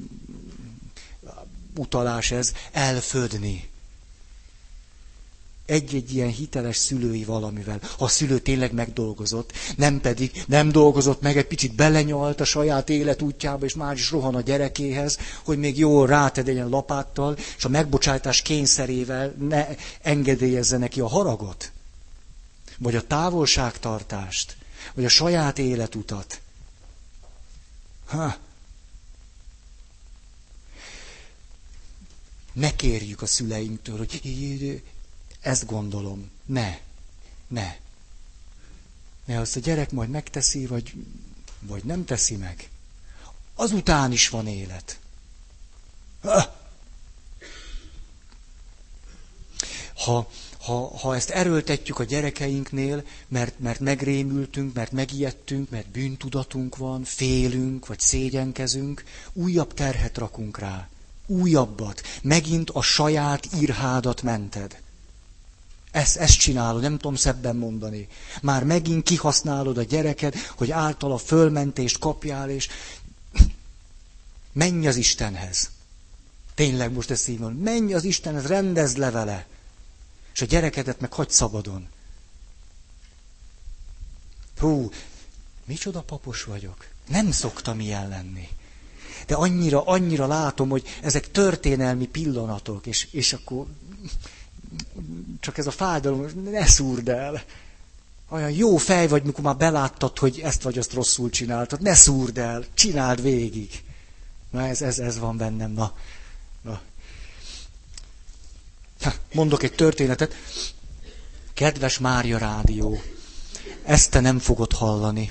utalás ez, elfödni. Egy-egy ilyen hiteles szülői valamivel. Ha a szülő tényleg megdolgozott, nem pedig nem dolgozott meg, egy picit belenyalt a saját életútjába, és már is rohan a gyerekéhez, hogy még jól rátedeljen lapáttal, és a megbocsátás kényszerével ne engedélyezze neki a haragot. Vagy a távolságtartást, vagy a saját életutat. Ha. Ne kérjük a szüleinktől, hogy ezt gondolom. Ne. Ne. Ne, azt a gyerek majd megteszi, vagy, vagy nem teszi meg. Azután is van élet. Ha, ha, ha ezt erőltetjük a gyerekeinknél, mert, mert megrémültünk, mert megijedtünk, mert bűntudatunk van, félünk, vagy szégyenkezünk, újabb terhet rakunk rá. Újabbat. Megint a saját irhádat mented. Ezt, ezt csinálod, nem tudom szebben mondani. Már megint kihasználod a gyereket, hogy általa fölmentést kapjál, és menj az Istenhez. Tényleg most ezt így mondom. Menj az Istenhez, rendezd le vele. És a gyerekedet meg hagyd szabadon. Hú, micsoda papos vagyok. Nem szoktam ilyen lenni. De annyira, annyira látom, hogy ezek történelmi pillanatok, és, és akkor csak ez a fájdalom, ne szúrd el. Olyan jó fej vagy, mikor már beláttad, hogy ezt vagy azt rosszul csináltad. Ne szúrd el, csináld végig. Na ez, ez, ez van bennem, na. na. Ha, mondok egy történetet. Kedves Mária Rádió, ezt te nem fogod hallani.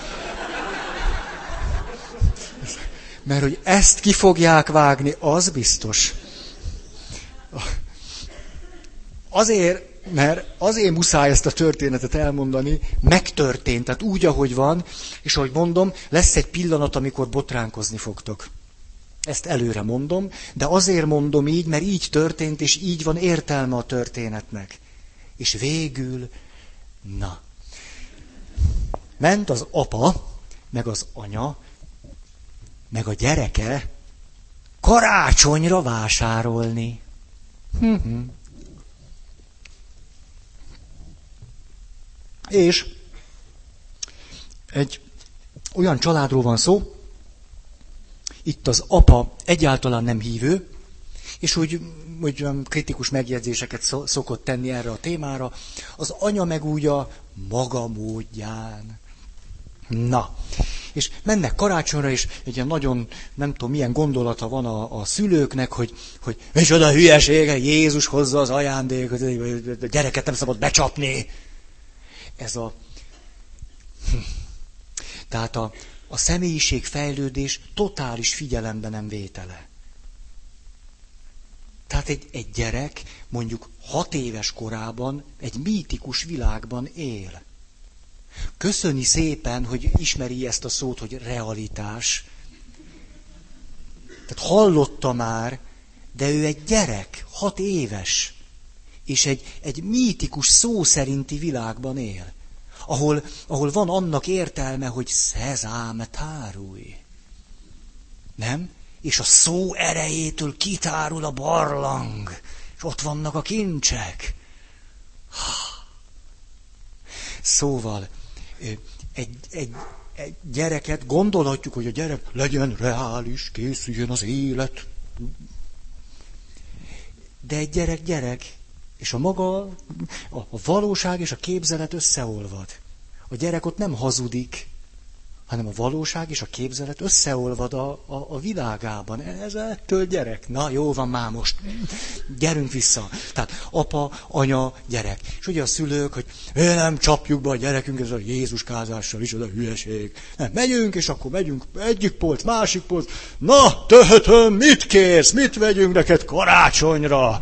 Mert hogy ezt ki fogják vágni, az biztos. Azért, mert azért muszáj ezt a történetet elmondani, megtörtént, tehát úgy, ahogy van, és ahogy mondom, lesz egy pillanat, amikor botránkozni fogtok. Ezt előre mondom, de azért mondom így, mert így történt, és így van értelme a történetnek. És végül, na, ment az apa, meg az anya, meg a gyereke karácsonyra vásárolni. Hm-hm. És egy olyan családról van szó, itt az apa egyáltalán nem hívő, és úgy, úgy kritikus megjegyzéseket szokott tenni erre a témára, az anya meg úgy a maga módján. Na, és mennek karácsonyra, és egy ilyen nagyon, nem tudom, milyen gondolata van a, a szülőknek, hogy, hogy micsoda hülyesége, Jézus hozza az ajándékot, a gyereket nem szabad becsapni. Ez a... Tehát a, a személyiségfejlődés totális figyelembe nem vétele. Tehát egy, egy gyerek mondjuk hat éves korában egy mítikus világban él. Köszöni szépen, hogy ismeri ezt a szót, hogy realitás. Tehát hallotta már, de ő egy gyerek, hat éves, és egy, egy mítikus szó szerinti világban él, ahol, ahol van annak értelme, hogy szezám tárulj. Nem? És a szó erejétől kitárul a barlang, és ott vannak a kincsek. Szóval, egy, egy, egy gyereket gondolhatjuk, hogy a gyerek legyen reális, készüljön az élet. De egy gyerek gyerek, és a maga, a valóság és a képzelet összeolvad. A gyerek ott nem hazudik, hanem a valóság és a képzelet összeolvad a, a, a világában. Ez ettől gyerek. Na, jó van már most. Gyerünk vissza. Tehát apa, anya, gyerek. És ugye a szülők, hogy nem csapjuk be a gyerekünk, ez a Jézuskázással is, az a hülyeség. Nem, megyünk, és akkor megyünk egyik polc, másik polc. Na, töhötöm, mit kérsz? Mit vegyünk neked karácsonyra?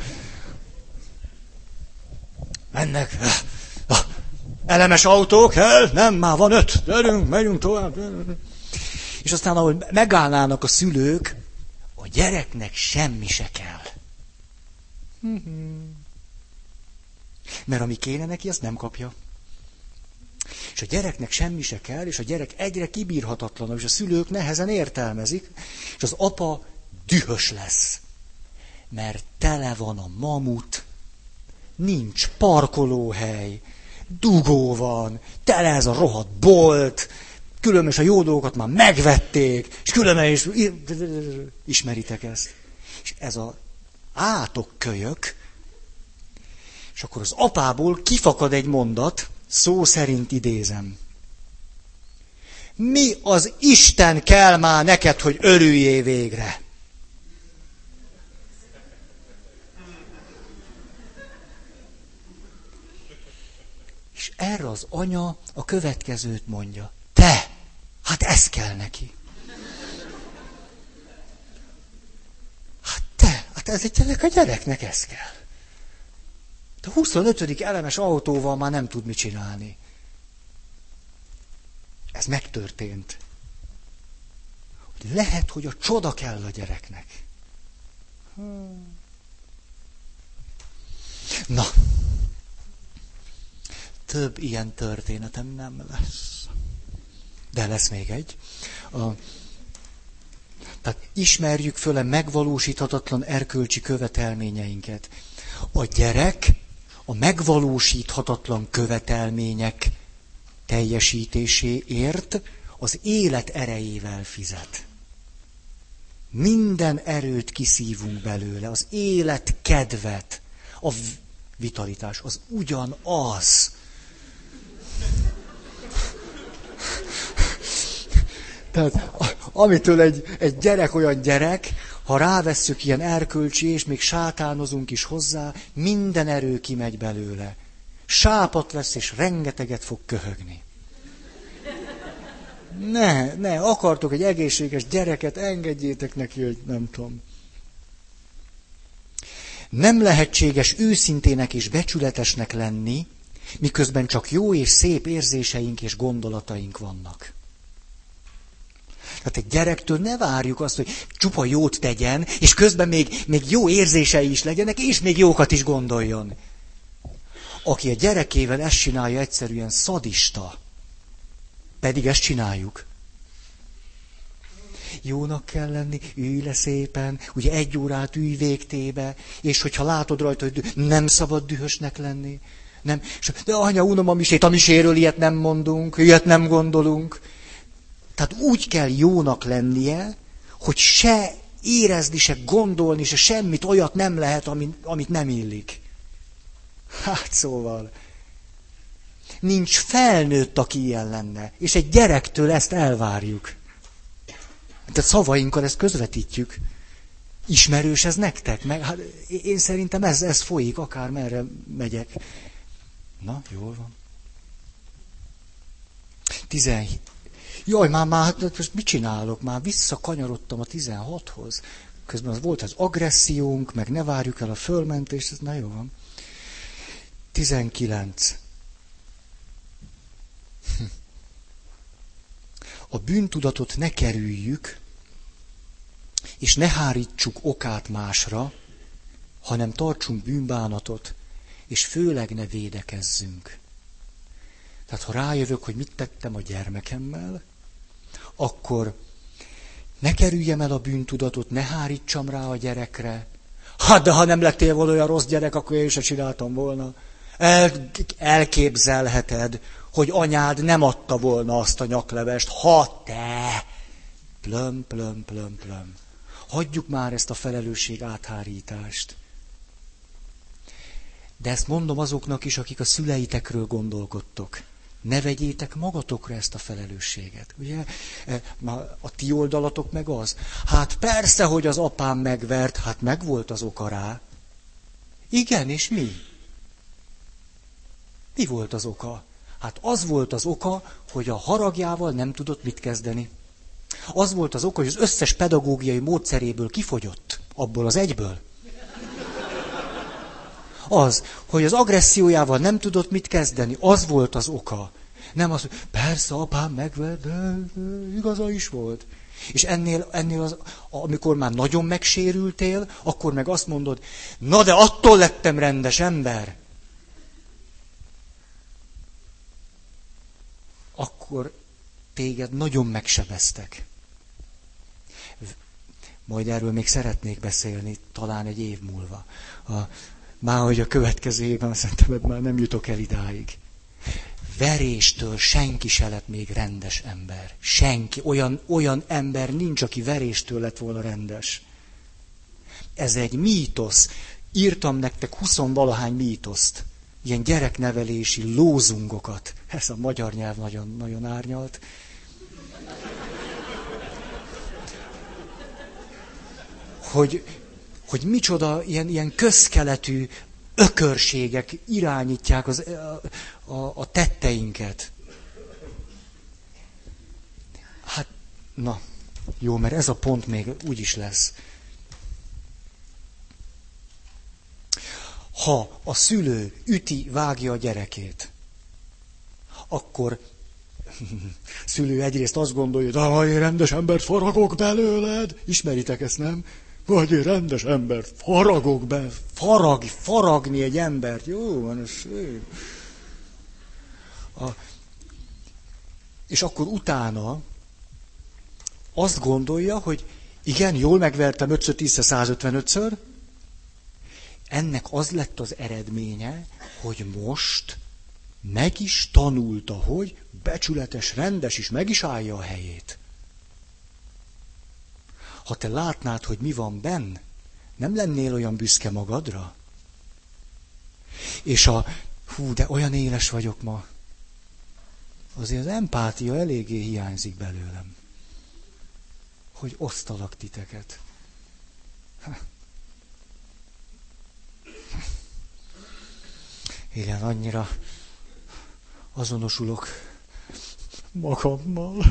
Mennek. Elemes autó kell? Nem, már van öt. Gyerünk, megyünk tovább. És aztán, ahogy megállnának a szülők, a gyereknek semmi se kell. Mert ami kéne neki, azt nem kapja. És a gyereknek semmi se kell, és a gyerek egyre kibírhatatlanabb, és a szülők nehezen értelmezik, és az apa dühös lesz. Mert tele van a mamut, nincs parkolóhely, dugó van, tele ez a rohadt bolt, különben is a jó dolgokat már megvették, és különben is ismeritek ezt. És ez a átokkölyök, és akkor az apából kifakad egy mondat, szó szerint idézem. Mi az Isten kell már neked, hogy örüljél végre? És erre az anya a következőt mondja. Te! Hát ez kell neki. Hát te! Hát ez egy a gyereknek ez kell. De huszonötödik elemes autóval már nem tud mit csinálni. Ez megtörtént. Lehet, hogy a csoda kell a gyereknek. Na. Több ilyen történetem nem lesz. De lesz még egy. A, tehát ismerjük föl a megvalósíthatatlan erkölcsi követelményeinket. A gyerek a megvalósíthatatlan követelmények teljesítéséért az élet erejével fizet. Minden erőt kiszívunk belőle, az élet kedvet, a vitalitás, az ugyanaz. Tehát amitől egy, egy gyerek olyan gyerek, ha rávesszük ilyen erkölcsi, és még sátánozunk is hozzá, minden erő kimegy belőle. Sápat lesz, és rengeteget fog köhögni. Ne, ne, akartok egy egészséges gyereket, engedjétek neki, hogy nem tudom. Nem lehetséges őszintének és becsületesnek lenni, miközben csak jó és szép érzéseink és gondolataink vannak. Tehát egy gyerektől ne várjuk azt, hogy csupa jót tegyen, és közben még, még jó érzései is legyenek, és még jókat is gondoljon. Aki a gyerekével ezt csinálja, egyszerűen szadista. Pedig ezt csináljuk. Jónak kell lenni, ülj le szépen, ugye egy órát ülj végtébe, és hogyha látod rajta, hogy nem szabad dühösnek lenni. Nem. De anya, unom a misét, a miséről ilyet nem mondunk, ilyet nem gondolunk. Tehát úgy kell jónak lennie, hogy se érezni, se gondolni, se semmit olyat nem lehet, amit, amit nem illik. Hát szóval, nincs felnőtt, aki ilyen lenne, és egy gyerektől ezt elvárjuk. Tehát szavainkkal ezt közvetítjük. Ismerős ez nektek? Meg, hát én szerintem ez, ez folyik, akármerre megyek. Na, jól van. tizenhét. Jaj, már, már, most mit csinálok? Már visszakanyarodtam a tizenhathoz. Közben az volt az agressziónk, meg ne várjuk el a fölmentést, ez na jó van. tizenkilenc. A bűntudatot ne kerüljük, és ne hárítsuk okát másra, hanem tartsunk bűnbánatot, és főleg ne védekezzünk. Tehát ha rájövök, hogy mit tettem a gyermekemmel, akkor ne kerüljem el a bűntudatot, ne hárítsam rá a gyerekre. Hát, de ha nem lettél volna olyan rossz gyerek, akkor én se csináltam volna. El, elképzelheted, hogy anyád nem adta volna azt a nyaklevest, ha te... Plöm, plöm, plöm, plöm. Hagyjuk már ezt a felelősség áthárítást. De ezt mondom azoknak is, akik a szüleitekről gondolkodtok. Ne vegyétek magatokra ezt a felelősséget. Ugye? A ti oldalatok meg az. Hát persze, hogy az apám megvert, hát megvolt az oka rá. Igen, és mi? Mi volt az oka? Hát az volt az oka, hogy a haragjával nem tudott mit kezdeni. Az volt az oka, hogy az összes pedagógiai módszeréből kifogyott, abból az egyből. Az, hogy az agressziójával nem tudott mit kezdeni, az volt az oka. Nem az, hogy persze apám megvert, de, de igaza is volt. És ennél, ennél az, amikor már nagyon megsérültél, akkor meg azt mondod, na de attól lettem rendes ember. Akkor téged nagyon megsebeztek. Majd erről még szeretnék beszélni, talán egy év múlva. A, már hogy a következő évben szerintem már nem jutok el idáig. Veréstől senki se lett még rendes ember. Senki. Olyan, olyan ember nincs, aki veréstől lett volna rendes. Ez egy mítosz. Írtam nektek huszonvalahány mítoszt. Ilyen gyereknevelési lózungokat. Ez a magyar nyelv nagyon, nagyon árnyalt. Hogy, hogy micsoda ilyen, ilyen közkeletű ökörségek irányítják az, a, a, a tetteinket. Hát, na, jó, mert ez a pont még úgy is lesz. Ha a szülő üti, vágja a gyerekét, akkor szülő egyrészt azt gondolja, hogy ah, én rendes embert faragok belőled. Ismeritek ezt, nem? Vagy én rendes embert faragok be. Farag, faragni egy embert. Jó van, ez szép. A, és akkor utána azt gondolja, hogy igen, jól megvertem ötször, tízszer, százötvenötször. Ennek az lett az eredménye, hogy most meg is tanulta, hogy becsületes, rendes is, meg is állja a helyét. Ha te látnád, hogy mi van benn, nem lennél olyan büszke magadra? És a, hú, de olyan éles vagyok ma. Azért az empátia eléggé hiányzik belőlem. Hogy osztalak titeket. Igen, annyira azonosulok magammal.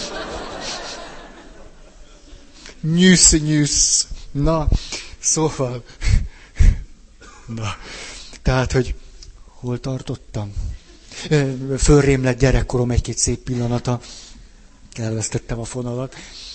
Nyűsz, nyűsz. Na, szóval. Na, tehát, hogy hol tartottam? Fölrém lett gyerekkorom egy-két szép pillanata. Elvesztettem a fonalat.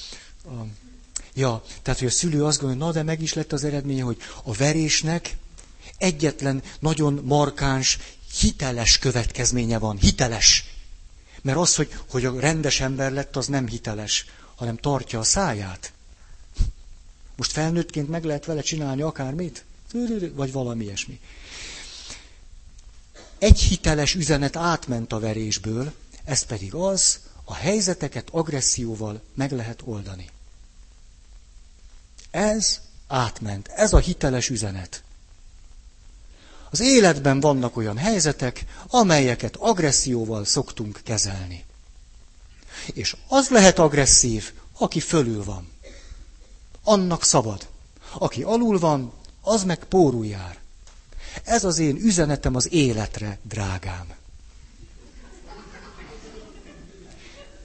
Ja, tehát, hogy a szülő azt gondolja, na, de meg is lett az eredménye, hogy a verésnek egyetlen nagyon markáns, hiteles következménye van. Hiteles. Mert az, hogy, hogy a rendes ember lett, az nem hiteles, hanem tartja a száját. Most felnőttként meg lehet vele csinálni akármit? Vagy valami ilyesmi. Egy hiteles üzenet átment a verésből, ez pedig az, a helyzeteket agresszióval meg lehet oldani. Ez átment. Ez a hiteles üzenet. Az életben vannak olyan helyzetek, amelyeket agresszióval szoktunk kezelni. És az lehet agresszív, aki fölül van. Annak szabad. Aki alul van, az meg pórul jár. Ez az én üzenetem az életre, drágám.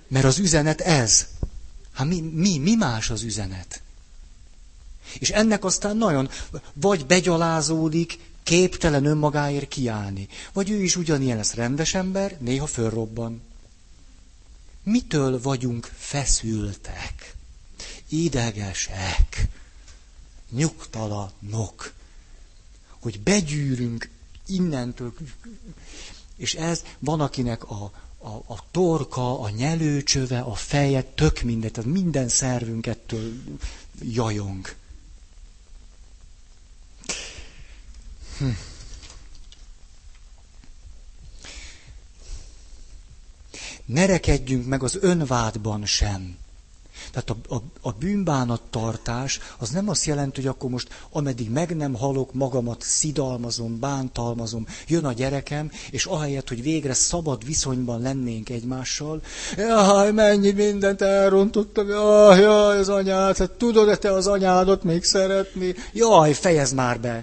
Mert az üzenet ez. Hát mi, mi, mi más az üzenet? És ennek aztán nagyon, vagy begyalázódik, képtelen önmagáért kiállni. Vagy ő is ugyanilyen lesz rendes ember, néha fölrobban. Mitől vagyunk feszültek, idegesek, nyugtalanok, hogy begyűrünk innentől, és ez van, akinek a, a, a torka, a nyelőcsöve, a feje, tök mindegy, tehát minden szervünk ettől jajong. Hm. Ne rekedjünk meg az önvádban sem. Tehát a, a, a bűnbánattartás az nem azt jelenti, hogy akkor most ameddig meg nem halok, magamat szidalmazom, bántalmazom, jön a gyerekem, és ahelyett, hogy végre szabad viszonyban lennénk egymással, jaj, mennyi mindent elrontottam, jaj, jaj, az anyád, hát tudod-e te az anyádat még szeretni? Jaj, fejezd már be!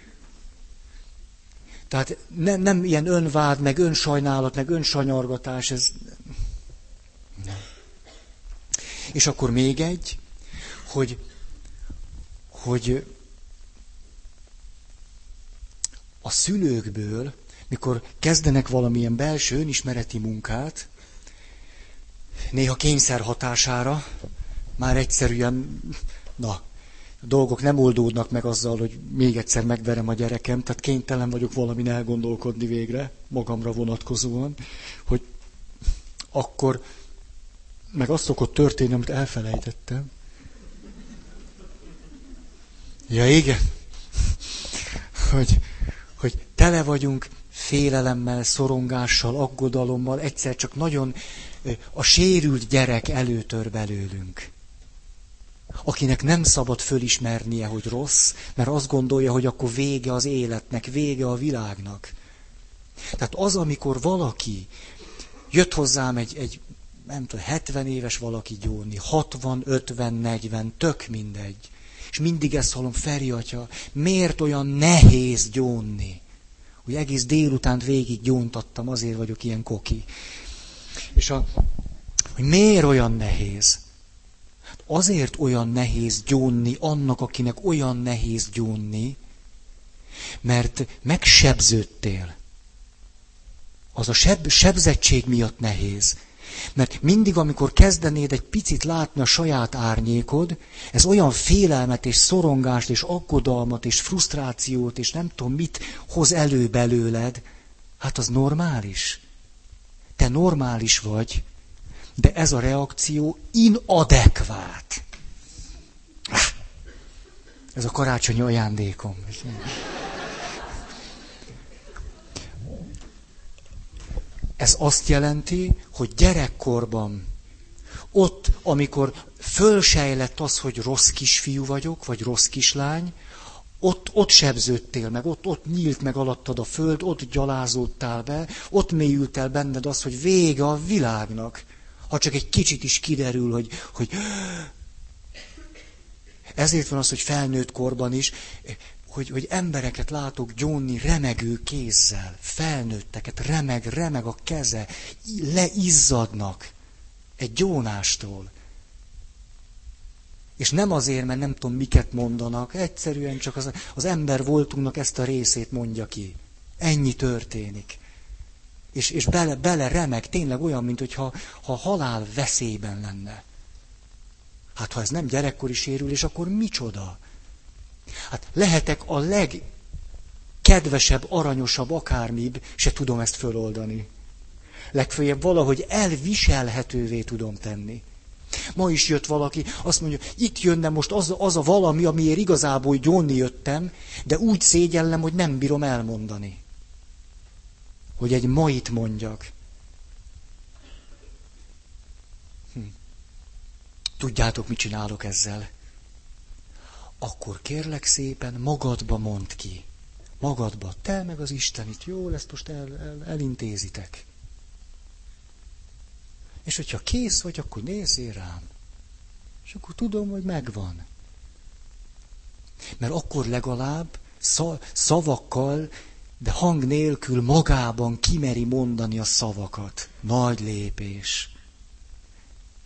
Tehát ne, nem ilyen önvád, meg önsajnálat, meg önsanyargatás, ez... Nem. És akkor még egy, hogy, hogy a szülőkből, mikor kezdenek valamilyen belső önismereti munkát, néha kényszer hatására, már egyszerűen, na, a dolgok nem oldódnak meg azzal, hogy még egyszer megverem a gyerekem, tehát kénytelen vagyok valamin elgondolkodni végre, magamra vonatkozóan, hogy akkor, meg az szokott történni, amit elfelejtettem. Ja, igen. Hogy, hogy tele vagyunk félelemmel, szorongással, aggodalommal, egyszer csak nagyon a sérült gyerek előtör belőlünk. Akinek nem szabad fölismernie, hogy rossz, mert azt gondolja, hogy akkor vége az életnek, vége a világnak. Tehát az, amikor valaki jött hozzám egy, egy nem tudom, hetven éves valaki gyónni, hatvan, ötven, negyven, tök mindegy. És mindig ezt hallom, Feri atya, miért olyan nehéz gyónni? Hogy egész délutánt végig gyóntattam, azért vagyok ilyen koki. És a, hogy miért olyan nehéz? Azért olyan nehéz gyónni annak, akinek olyan nehéz gyónni, mert megsebződtél. Az a seb, sebzettség miatt nehéz. Mert mindig, amikor kezdenéd egy picit látni a saját árnyékod, ez olyan félelmet és szorongást és aggodalmat és frusztrációt és nem tudom mit hoz elő belőled, hát az normális. Te normális vagy, de ez a reakció inadekvát. Ez a karácsonyi ajándékom. Ez azt jelenti, hogy gyerekkorban, ott, amikor fölsejlett az, hogy rossz kisfiú vagyok, vagy rossz kislány, ott, ott sebződtél meg, ott, ott nyílt meg alattad a föld, ott gyalázódtál be, ott mélyült el benned az, hogy vége a világnak. Ha csak egy kicsit is kiderül, hogy, hogy... Ezért van az, hogy felnőtt korban is, hogy, hogy embereket látok gyónni remegő kézzel, felnőtteket, remeg, remeg a keze, leizzadnak egy gyónástól. És nem azért, mert nem tudom, miket mondanak, egyszerűen csak az, az ember voltunknak ezt a részét mondja ki. Ennyi történik. És, és bele, bele remeg, tényleg olyan, mint hogyha ha halál veszélyben lenne. Hát ha ez nem gyerekkori sérülés, akkor micsoda? Hát lehetek a legkedvesebb, aranyosabb, akármibb, se tudom ezt föloldani. Legfőjebb valahogy elviselhetővé tudom tenni. Ma is jött valaki, azt mondja, itt jönne most az, az a valami, amiért igazából gyónni jöttem, de úgy szégyellem, hogy nem bírom elmondani. Hogy egy mait mondjak. Hm. Tudjátok, mit csinálok ezzel? Akkor kérlek szépen, magadba mondd ki. Magadba. Te meg az Istenit. Jó, ezt most el, el, elintézitek. És hogyha kész vagy, akkor nézzél rám. És akkor tudom, hogy megvan. Mert akkor legalább szavakkal, de hang nélkül magában kimeri mondani a szavakat. Nagy lépés.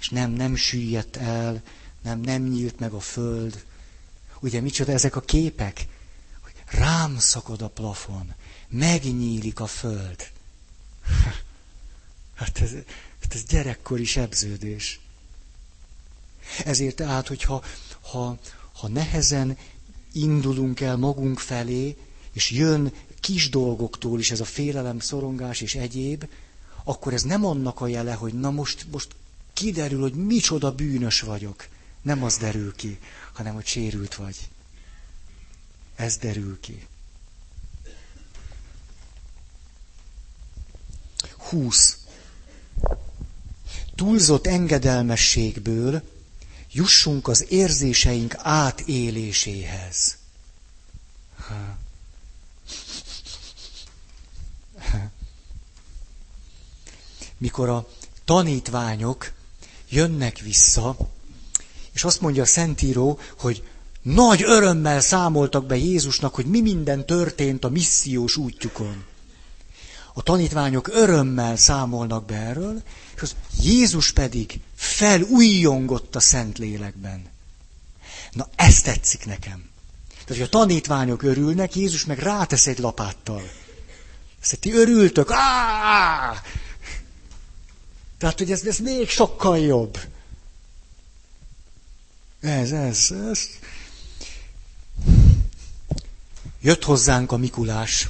és nem, nem süllyedt el, nem, nem nyílt meg a föld. Ugye micsoda ezek a képek? Hogy rám szakad a plafon, megnyílik a föld. Hát ez, hát ez gyerekkori sebződés. Ezért tehát, hogyha ha, ha nehezen indulunk el magunk felé, és jön kis dolgoktól is ez a félelem, szorongás és egyéb, akkor ez nem annak a jele, hogy na most, most kiderül, hogy micsoda bűnös vagyok. Nem az derül ki, hanem hogy sérült vagy. Ez derül ki. húsz. Túlzott engedelmességből jussunk az érzéseink átéléséhez. Ha. Ha. Mikor a tanítványok jönnek vissza, és azt mondja a Szentíró, hogy nagy örömmel számoltak be Jézusnak, hogy mi minden történt a missziós útjukon. A tanítványok örömmel számolnak be erről, és az Jézus pedig felújjongott a Szentlélekben. Na, ez tetszik nekem. Tehát, hogy a tanítványok örülnek, Jézus meg rátesz egy lapáttal. Azt ti örültök? Áááá! Tehát, hogy ez, ez még sokkal jobb. Ez, ez, ez. Jött hozzánk a Mikulás.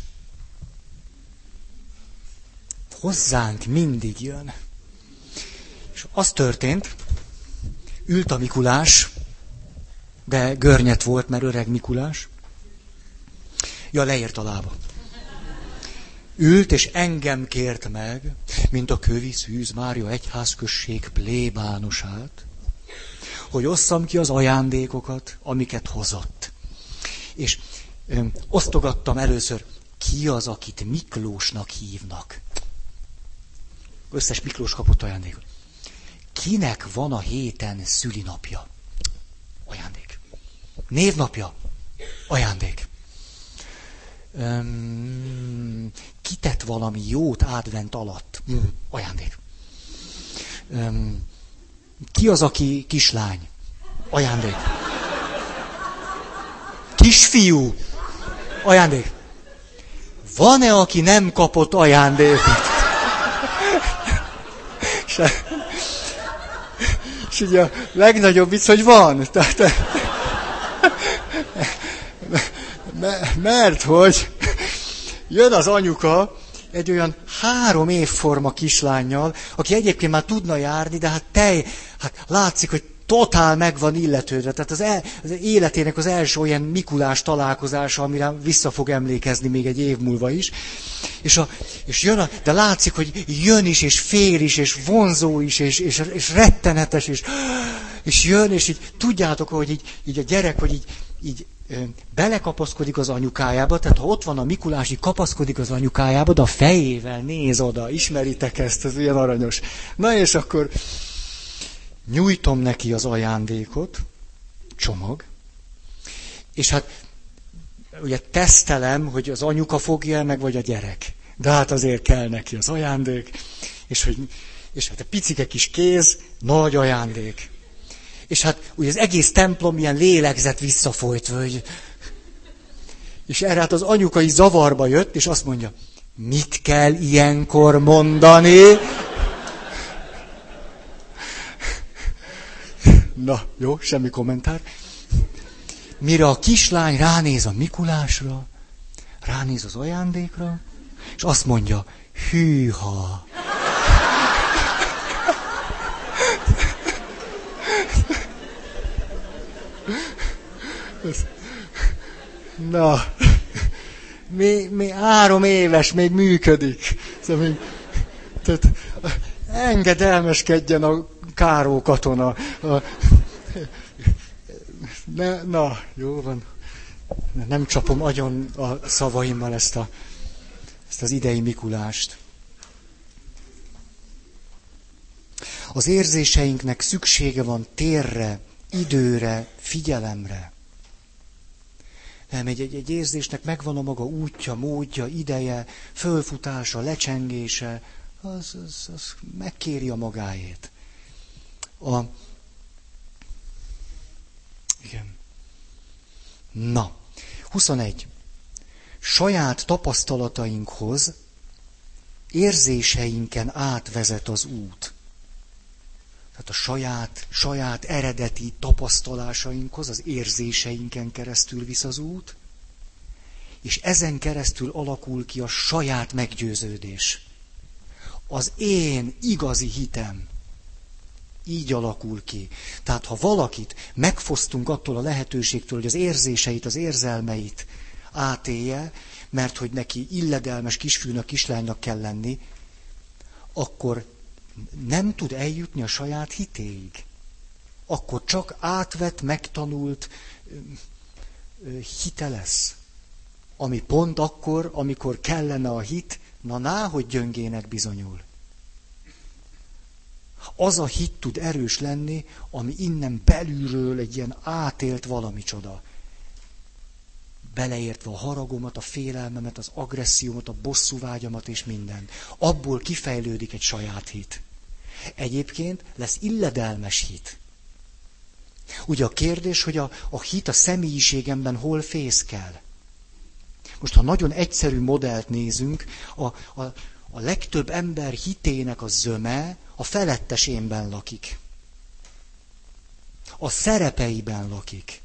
Hozzánk mindig jön. És az történt, ült a Mikulás, de görnyet volt, mert öreg Mikulás. Ja, leért a lába. Ült, és engem kért meg, mint a Kövi Szűz Mária egyházközség plébánosát, hogy osszam ki az ajándékokat, amiket hozott. És ö, osztogattam először, ki az, akit Miklósnak hívnak. Összes Miklós kapott ajándékot. Kinek van a héten szülinapja? Ajándék. Névnapja? Ajándék. Öm, kitett valami jót advent alatt? Hmm, ajándék. Öm, ki az, aki kislány? Ajándék. Kisfiú? Ajándék. Van-e, aki nem kapott ajándékot? És ugye a legnagyobb vicc, hogy van. Tehát, mert hogy jön az anyuka egy olyan három évforma kislánnyal, aki egyébként már tudna járni, de hát tej, hát látszik, hogy totál meg van illetődve. Tehát az, el, az életének az első ilyen Mikulás találkozása, amire vissza fog emlékezni még egy év múlva is. És, a, és jön a, de látszik, hogy jön is, és fél is, és vonzó is, és, és, és rettenetes, és, és jön, és így tudjátok, hogy így, így a gyerek, hogy így, így belekapaszkodik az anyukájába, tehát ha ott van a Mikulás, így kapaszkodik az anyukájába, de a fejével néz oda, ismeritek ezt, ez ilyen aranyos. Na és akkor nyújtom neki az ajándékot, csomag, és hát ugye tesztelem, hogy az anyuka fogja meg, vagy a gyerek. De hát azért kell neki az ajándék, és, hogy, és hát a picike kis kéz, nagy ajándék. És hát ugye az egész templom ilyen lélegzett visszafolyt, hogy... És erre hát az anyuka is zavarba jött, és azt mondja, mit kell ilyenkor mondani? Na, jó, semmi kommentár. Mire a kislány ránéz a Mikulásra, ránéz az ajándékra, és azt mondja, hűha. Na, még, még három éves, még működik. Szóval még, tehát engedelmeskedjen a Káró katona. A, ne, na, jó van. Nem csapom agyon a szavaimmal ezt, a, ezt az idei Mikulást. Az érzéseinknek szüksége van térre, időre, figyelemre. Nem, egy, egy, egy érzésnek megvan a maga útja, módja, ideje, fölfutása, lecsengése, az, az, az megkéri a magáét. A... Igen. Na, huszonegy. Saját tapasztalatainkhoz, érzéseinken átvezet az út. Tehát a saját, saját eredeti tapasztalásainkhoz, az érzéseinken keresztül visz az út, és ezen keresztül alakul ki a saját meggyőződés. Az én igazi hitem. Így alakul ki. Tehát ha valakit megfosztunk attól a lehetőségtől, hogy az érzéseit, az érzelmeit átélje, mert hogy neki illedelmes kisfiúnak, kislánynak kell lenni, akkor nem tud eljutni a saját hitéig. Akkor csak átvett, megtanult hite lesz. Ami pont akkor, amikor kellene a hit, na ná, hogy gyöngének bizonyul. Az a hit tud erős lenni, ami innen belülről egy ilyen átélt valami csoda. Beleértve a haragomat, a félelmemet, az agressziómat, a bosszúvágyamat és mindent. Abból kifejlődik egy saját hit. Egyébként lesz illedelmes hit. Ugye a kérdés, hogy a, a hit a személyiségemben hol fészkel. Most, ha nagyon egyszerű modellt nézünk, a, a, a legtöbb ember hitének a zöme a felettes énben lakik. A szerepeiben lakik.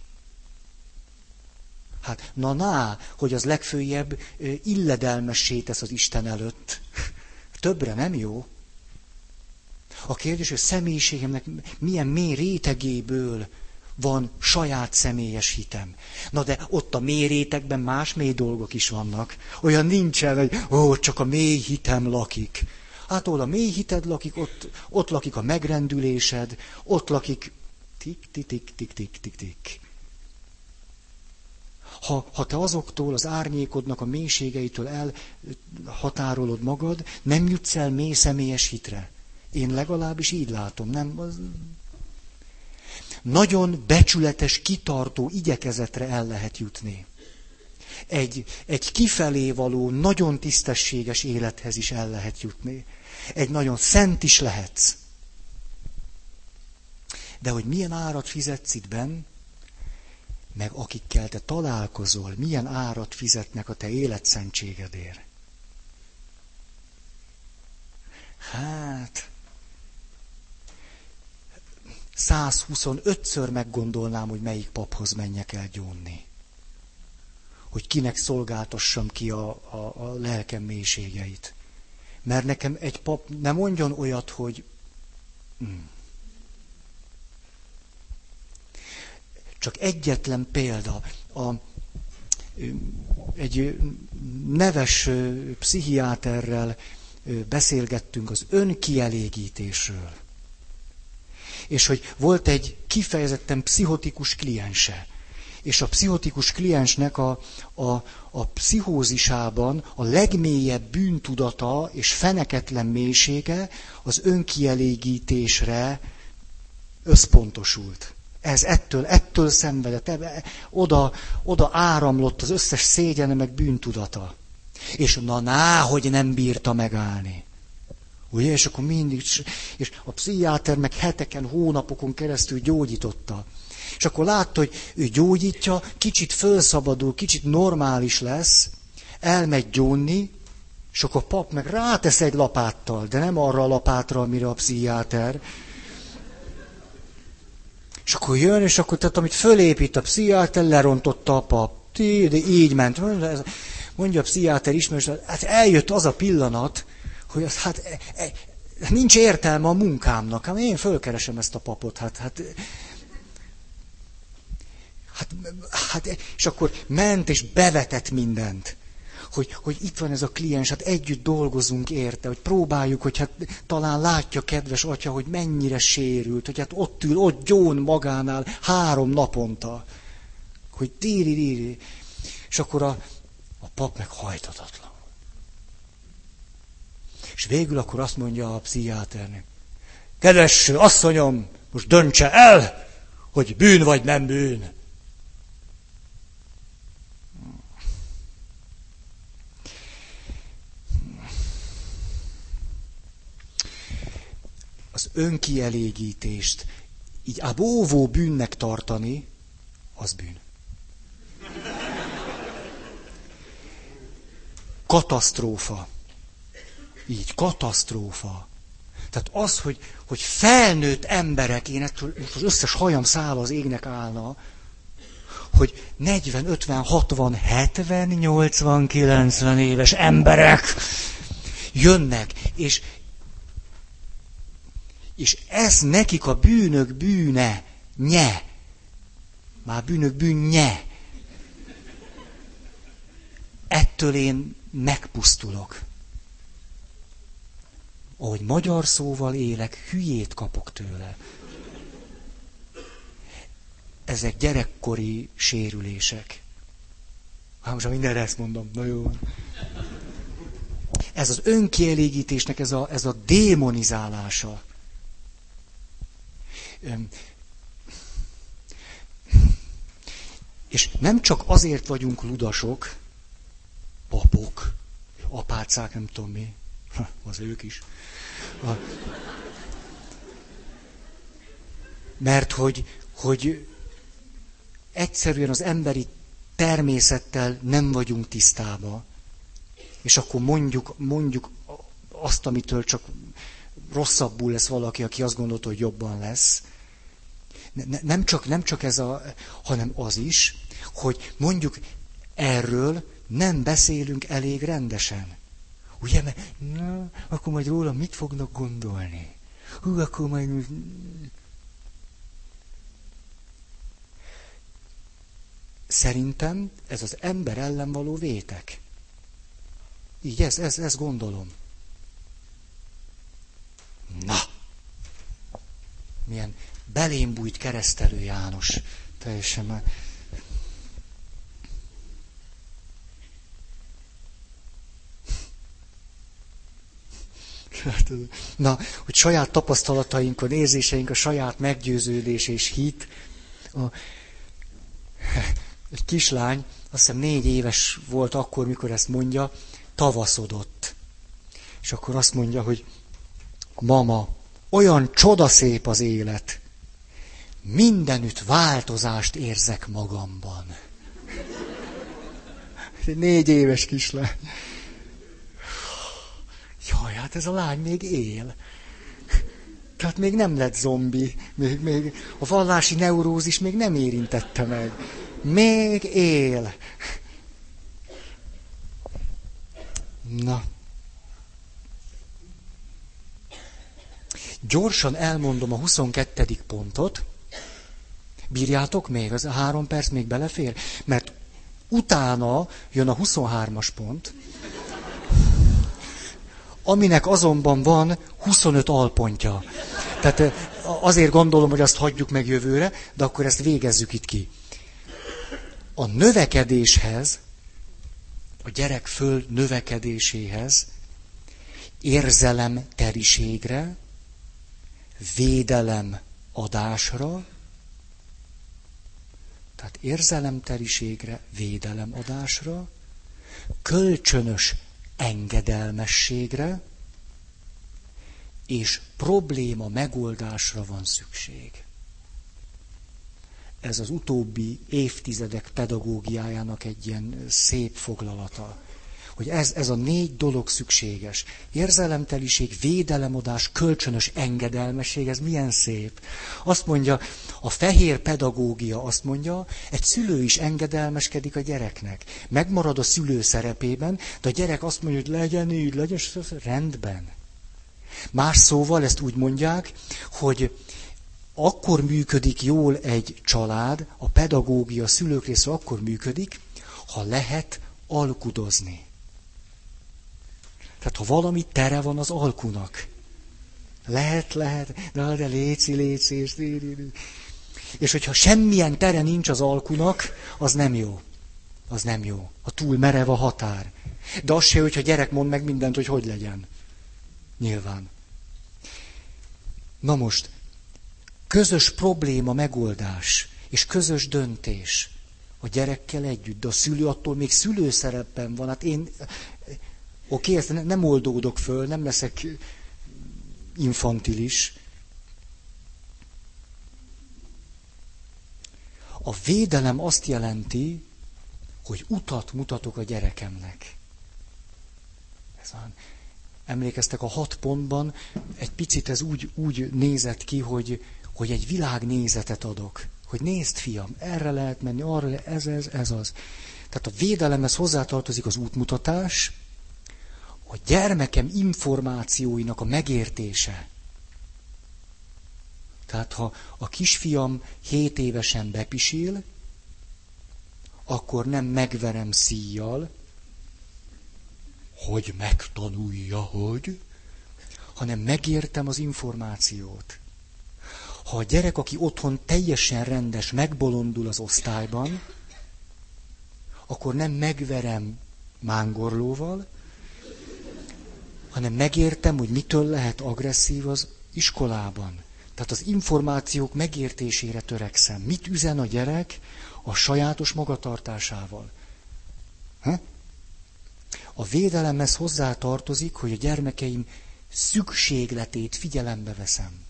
Hát, na ná, hogy az legfőjebb illedelmessé tesz az Isten előtt. Többre nem jó. A kérdés, hogy a személyiségemnek milyen mély rétegéből van saját személyes hitem. Na de ott a mély rétegben más mély dolgok is vannak. Olyan nincsen, hogy ó, csak a mély hitem lakik. Hát ahol a mély hited lakik, ott, ott lakik a megrendülésed, ott lakik tik, tik, tik, tik, tik, tik, tik. Ha, ha te azoktól, az árnyékodnak a mélységeitől elhatárolod magad, nem jutsz el mély személyes hitre. Én legalábbis így látom, nem? Az... Nagyon becsületes, kitartó igyekezetre el lehet jutni. Egy, egy kifelé való, nagyon tisztességes élethez is el lehet jutni. Egy nagyon szent is lehetsz. De hogy milyen árat fizetsz itt benn, meg akikkel te találkozol, milyen árat fizetnek a te életszentségedért. Hát... százhuszonötször meggondolnám, hogy melyik paphoz menjek el gyónni. Hogy kinek szolgáltassam ki a, a, a lelkem mélységeit. Mert nekem egy pap nem mondjon olyat, hogy... Hmm. Csak egyetlen példa. A, egy neves pszichiáterrel beszélgettünk az önkielégítésről. És hogy volt egy kifejezetten pszichotikus kliense. És a pszichotikus kliensnek a, a, a pszichózisában a legmélyebb bűntudata és feneketlen mélysége az önkielégítésre összpontosult. Ez ettől, ettől szenvedett, oda, oda áramlott az összes szégyene meg bűntudata. És na ná, hogy nem bírta megállni. Ugye, és akkor mindig, és a pszichiáter meg heteken, hónapokon keresztül gyógyította. És akkor látta, hogy ő gyógyítja, kicsit fölszabadul, kicsit normális lesz, elmegy gyónni, és akkor a pap meg rátesz egy lapáttal, de nem arra a lapátra, amire a pszichiáter. És akkor jön, és akkor, tehát amit fölépít a pszichiáter, lerontotta a pap. De így ment. Mondja a pszichiáter ismerős, hát eljött az a pillanat, hogy az, hát e, e, nincs értelme a munkámnak. Hát én fölkeresem ezt a papot. Hát, hát, hát, hát, és akkor ment és bevetett mindent. Hogy, hogy itt van ez a kliens, hát együtt dolgozunk érte, hogy próbáljuk, hogy hát talán látja kedves atya, hogy mennyire sérült, hogy hát ott ül, ott gyón magánál három naponta. Hogy tíri-díri. És akkor a, a pap meg hajtatatlan. És végül akkor azt mondja a pszichiáternek, kedves asszonyom, most döntse el, hogy bűn vagy nem bűn. az önkielégítést így ám óvó bűnnek tartani, az bűn. Katasztrófa. Így, katasztrófa. Tehát az, hogy, hogy felnőtt emberek, én ettől az összes hajam szála az égnek állna, hogy negyven, ötven, hatvan, hetven, nyolcvan, kilencven éves emberek jönnek, és, és ez nekik a bűnök bűne, nye. Már bűnök bűnnye. Ettől én megpusztulok. Ahogy magyar szóval élek, hülyét kapok tőle. Ezek gyerekkori sérülések. Hát most mindenre ezt mondom, na jó. Ez az önkielégítésnek ez a, ez a démonizálása. És nem csak azért vagyunk ludasok, papok, apácák, nem tudom mi, az ők is. A... Mert hogy, hogy egyszerűen az emberi természettel nem vagyunk tisztában, és akkor mondjuk, mondjuk azt, amitől csak rosszabbul lesz valaki, aki azt gondolta, hogy jobban lesz. Ne, nem, csak, nem csak ez a, hanem az is, hogy mondjuk erről nem beszélünk elég rendesen. Ugye, mert na, akkor majd róla mit fognak gondolni? Hú, akkor majd... Szerintem ez az ember ellen való vétek. Így, ez, ez, ez gondolom. Na! Milyen belém bújt Keresztelő János. Teljesen már... Na, hogy saját tapasztalatainkon, érzéseink, a saját meggyőződés és hit. A... Egy kislány, azt hiszem négy éves volt akkor, mikor ezt mondja, tavaszodott. És akkor azt mondja, hogy mama, olyan csodaszép az élet. Mindenütt változást érzek magamban. Egy négy éves kislány. Jaj, hát ez a lány még él. Tehát még nem lett zombi. Még, még a vallási neurózis még nem érintette meg. Még él. Na. Gyorsan elmondom a huszonkettedik pontot. Bírjátok még? Az a három perc még belefér? Mert utána jön a huszonhármas pont, aminek azonban van huszonöt alpontja. Tehát azért gondolom, hogy azt hagyjuk meg jövőre, de akkor ezt végezzük itt ki. A növekedéshez, a gyerek föl növekedéséhez érzelemteriségre, védelem adásra, tehát érzelemteriségre, védelem adásra, kölcsönös engedelmességre és probléma megoldásra van szükség. Ez az utóbbi évtizedek pedagógiájának egy ilyen szép foglalata. Hogy ez, ez a négy dolog szükséges. Érzelemteliség, védelemodás, kölcsönös engedelmesség, ez milyen szép. Azt mondja, a fehér pedagógia azt mondja, egy szülő is engedelmeskedik a gyereknek. Megmarad a szülő szerepében, de a gyerek azt mondja, hogy legyen így, legyen rendben. Más szóval ezt úgy mondják, hogy akkor működik jól egy család, a pedagógia a szülők részről akkor működik, ha lehet alkudozni. Tehát ha valami tere van az alkunak. Lehet, lehet, de, de léci, léci, és... És hogyha semmilyen tere nincs az alkunak, az nem jó. Az nem jó. Ha túl merev a határ. De az se, hogyha gyerek mond meg mindent, hogy hogy legyen. Nyilván. Na most, közös probléma megoldás, és közös döntés a gyerekkel együtt, de a szülő attól még szülőszerepben van. Hát én, oké, ezt nem oldódok föl, nem leszek infantilis, A védelem azt jelenti, hogy utat mutatok a gyerekemnek. Ez a, emlékeztek, a hat pontban egy picit ez úgy, úgy nézett ki, hogy, hogy egy világnézetet adok. Hogy nézd, fiam, erre lehet menni, arra lehet, ez, ez, ez az. Tehát a védelemhez hozzátartozik az útmutatás, a gyermekem információinak a megértése. Tehát ha a kisfiam hét évesen bepisil, akkor nem megverem szíjjal, hogy megtanulja, hogy, hanem megértem az információt. Ha a gyerek, aki otthon teljesen rendes, megbolondul az osztályban, akkor nem megverem mángorlóval, hanem megértem, hogy mitől lehet agresszív az iskolában. Tehát az információk megértésére törekszem. Mit üzen a gyerek a sajátos magatartásával? Ha? A védelemhez hozzátartozik, hogy a gyermekeim szükségletét figyelembe veszem.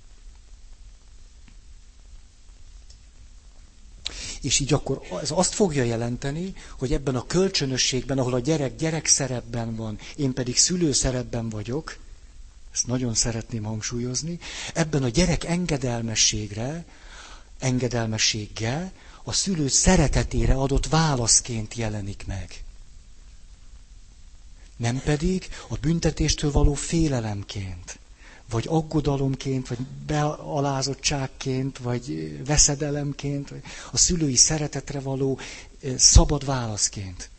És így akkor ez azt fogja jelenteni, hogy ebben a kölcsönösségben, ahol a gyerek gyerek szerepben van, én pedig szülő szerepben vagyok, ezt nagyon szeretném hangsúlyozni, ebben a gyerek engedelmességre, engedelmességgel a szülő szeretetére adott válaszként jelenik meg. Nem pedig a büntetéstől való félelemként, vagy aggodalomként, vagy bealázottságként, vagy veszedelemként, vagy a szülői szeretetre való szabad válaszként.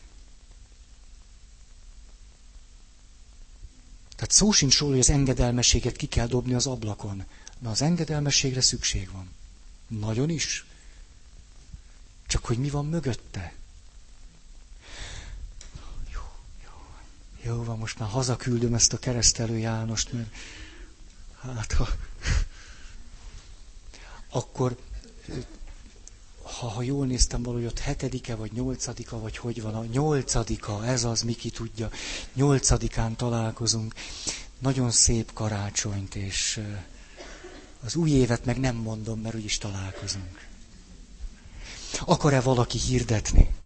Tehát szó sincs róla, hogy az engedelmességet ki kell dobni az ablakon. Na, az engedelmességre szükség van. Nagyon is. Csak hogy mi van mögötte. Jó, jó. Jó van, most már hazaküldöm ezt a Keresztelő Jánost, mert hát ha... Akkor, ha, ha jól néztem valahogy ott hetedike, vagy nyolcadika, vagy hogy van, a nyolcadika, ez az, Miki tudja, nyolcadikán találkozunk. Nagyon szép karácsonyt, és az új évet meg nem mondom, mert úgyis találkozunk. Akar-e valaki hirdetni?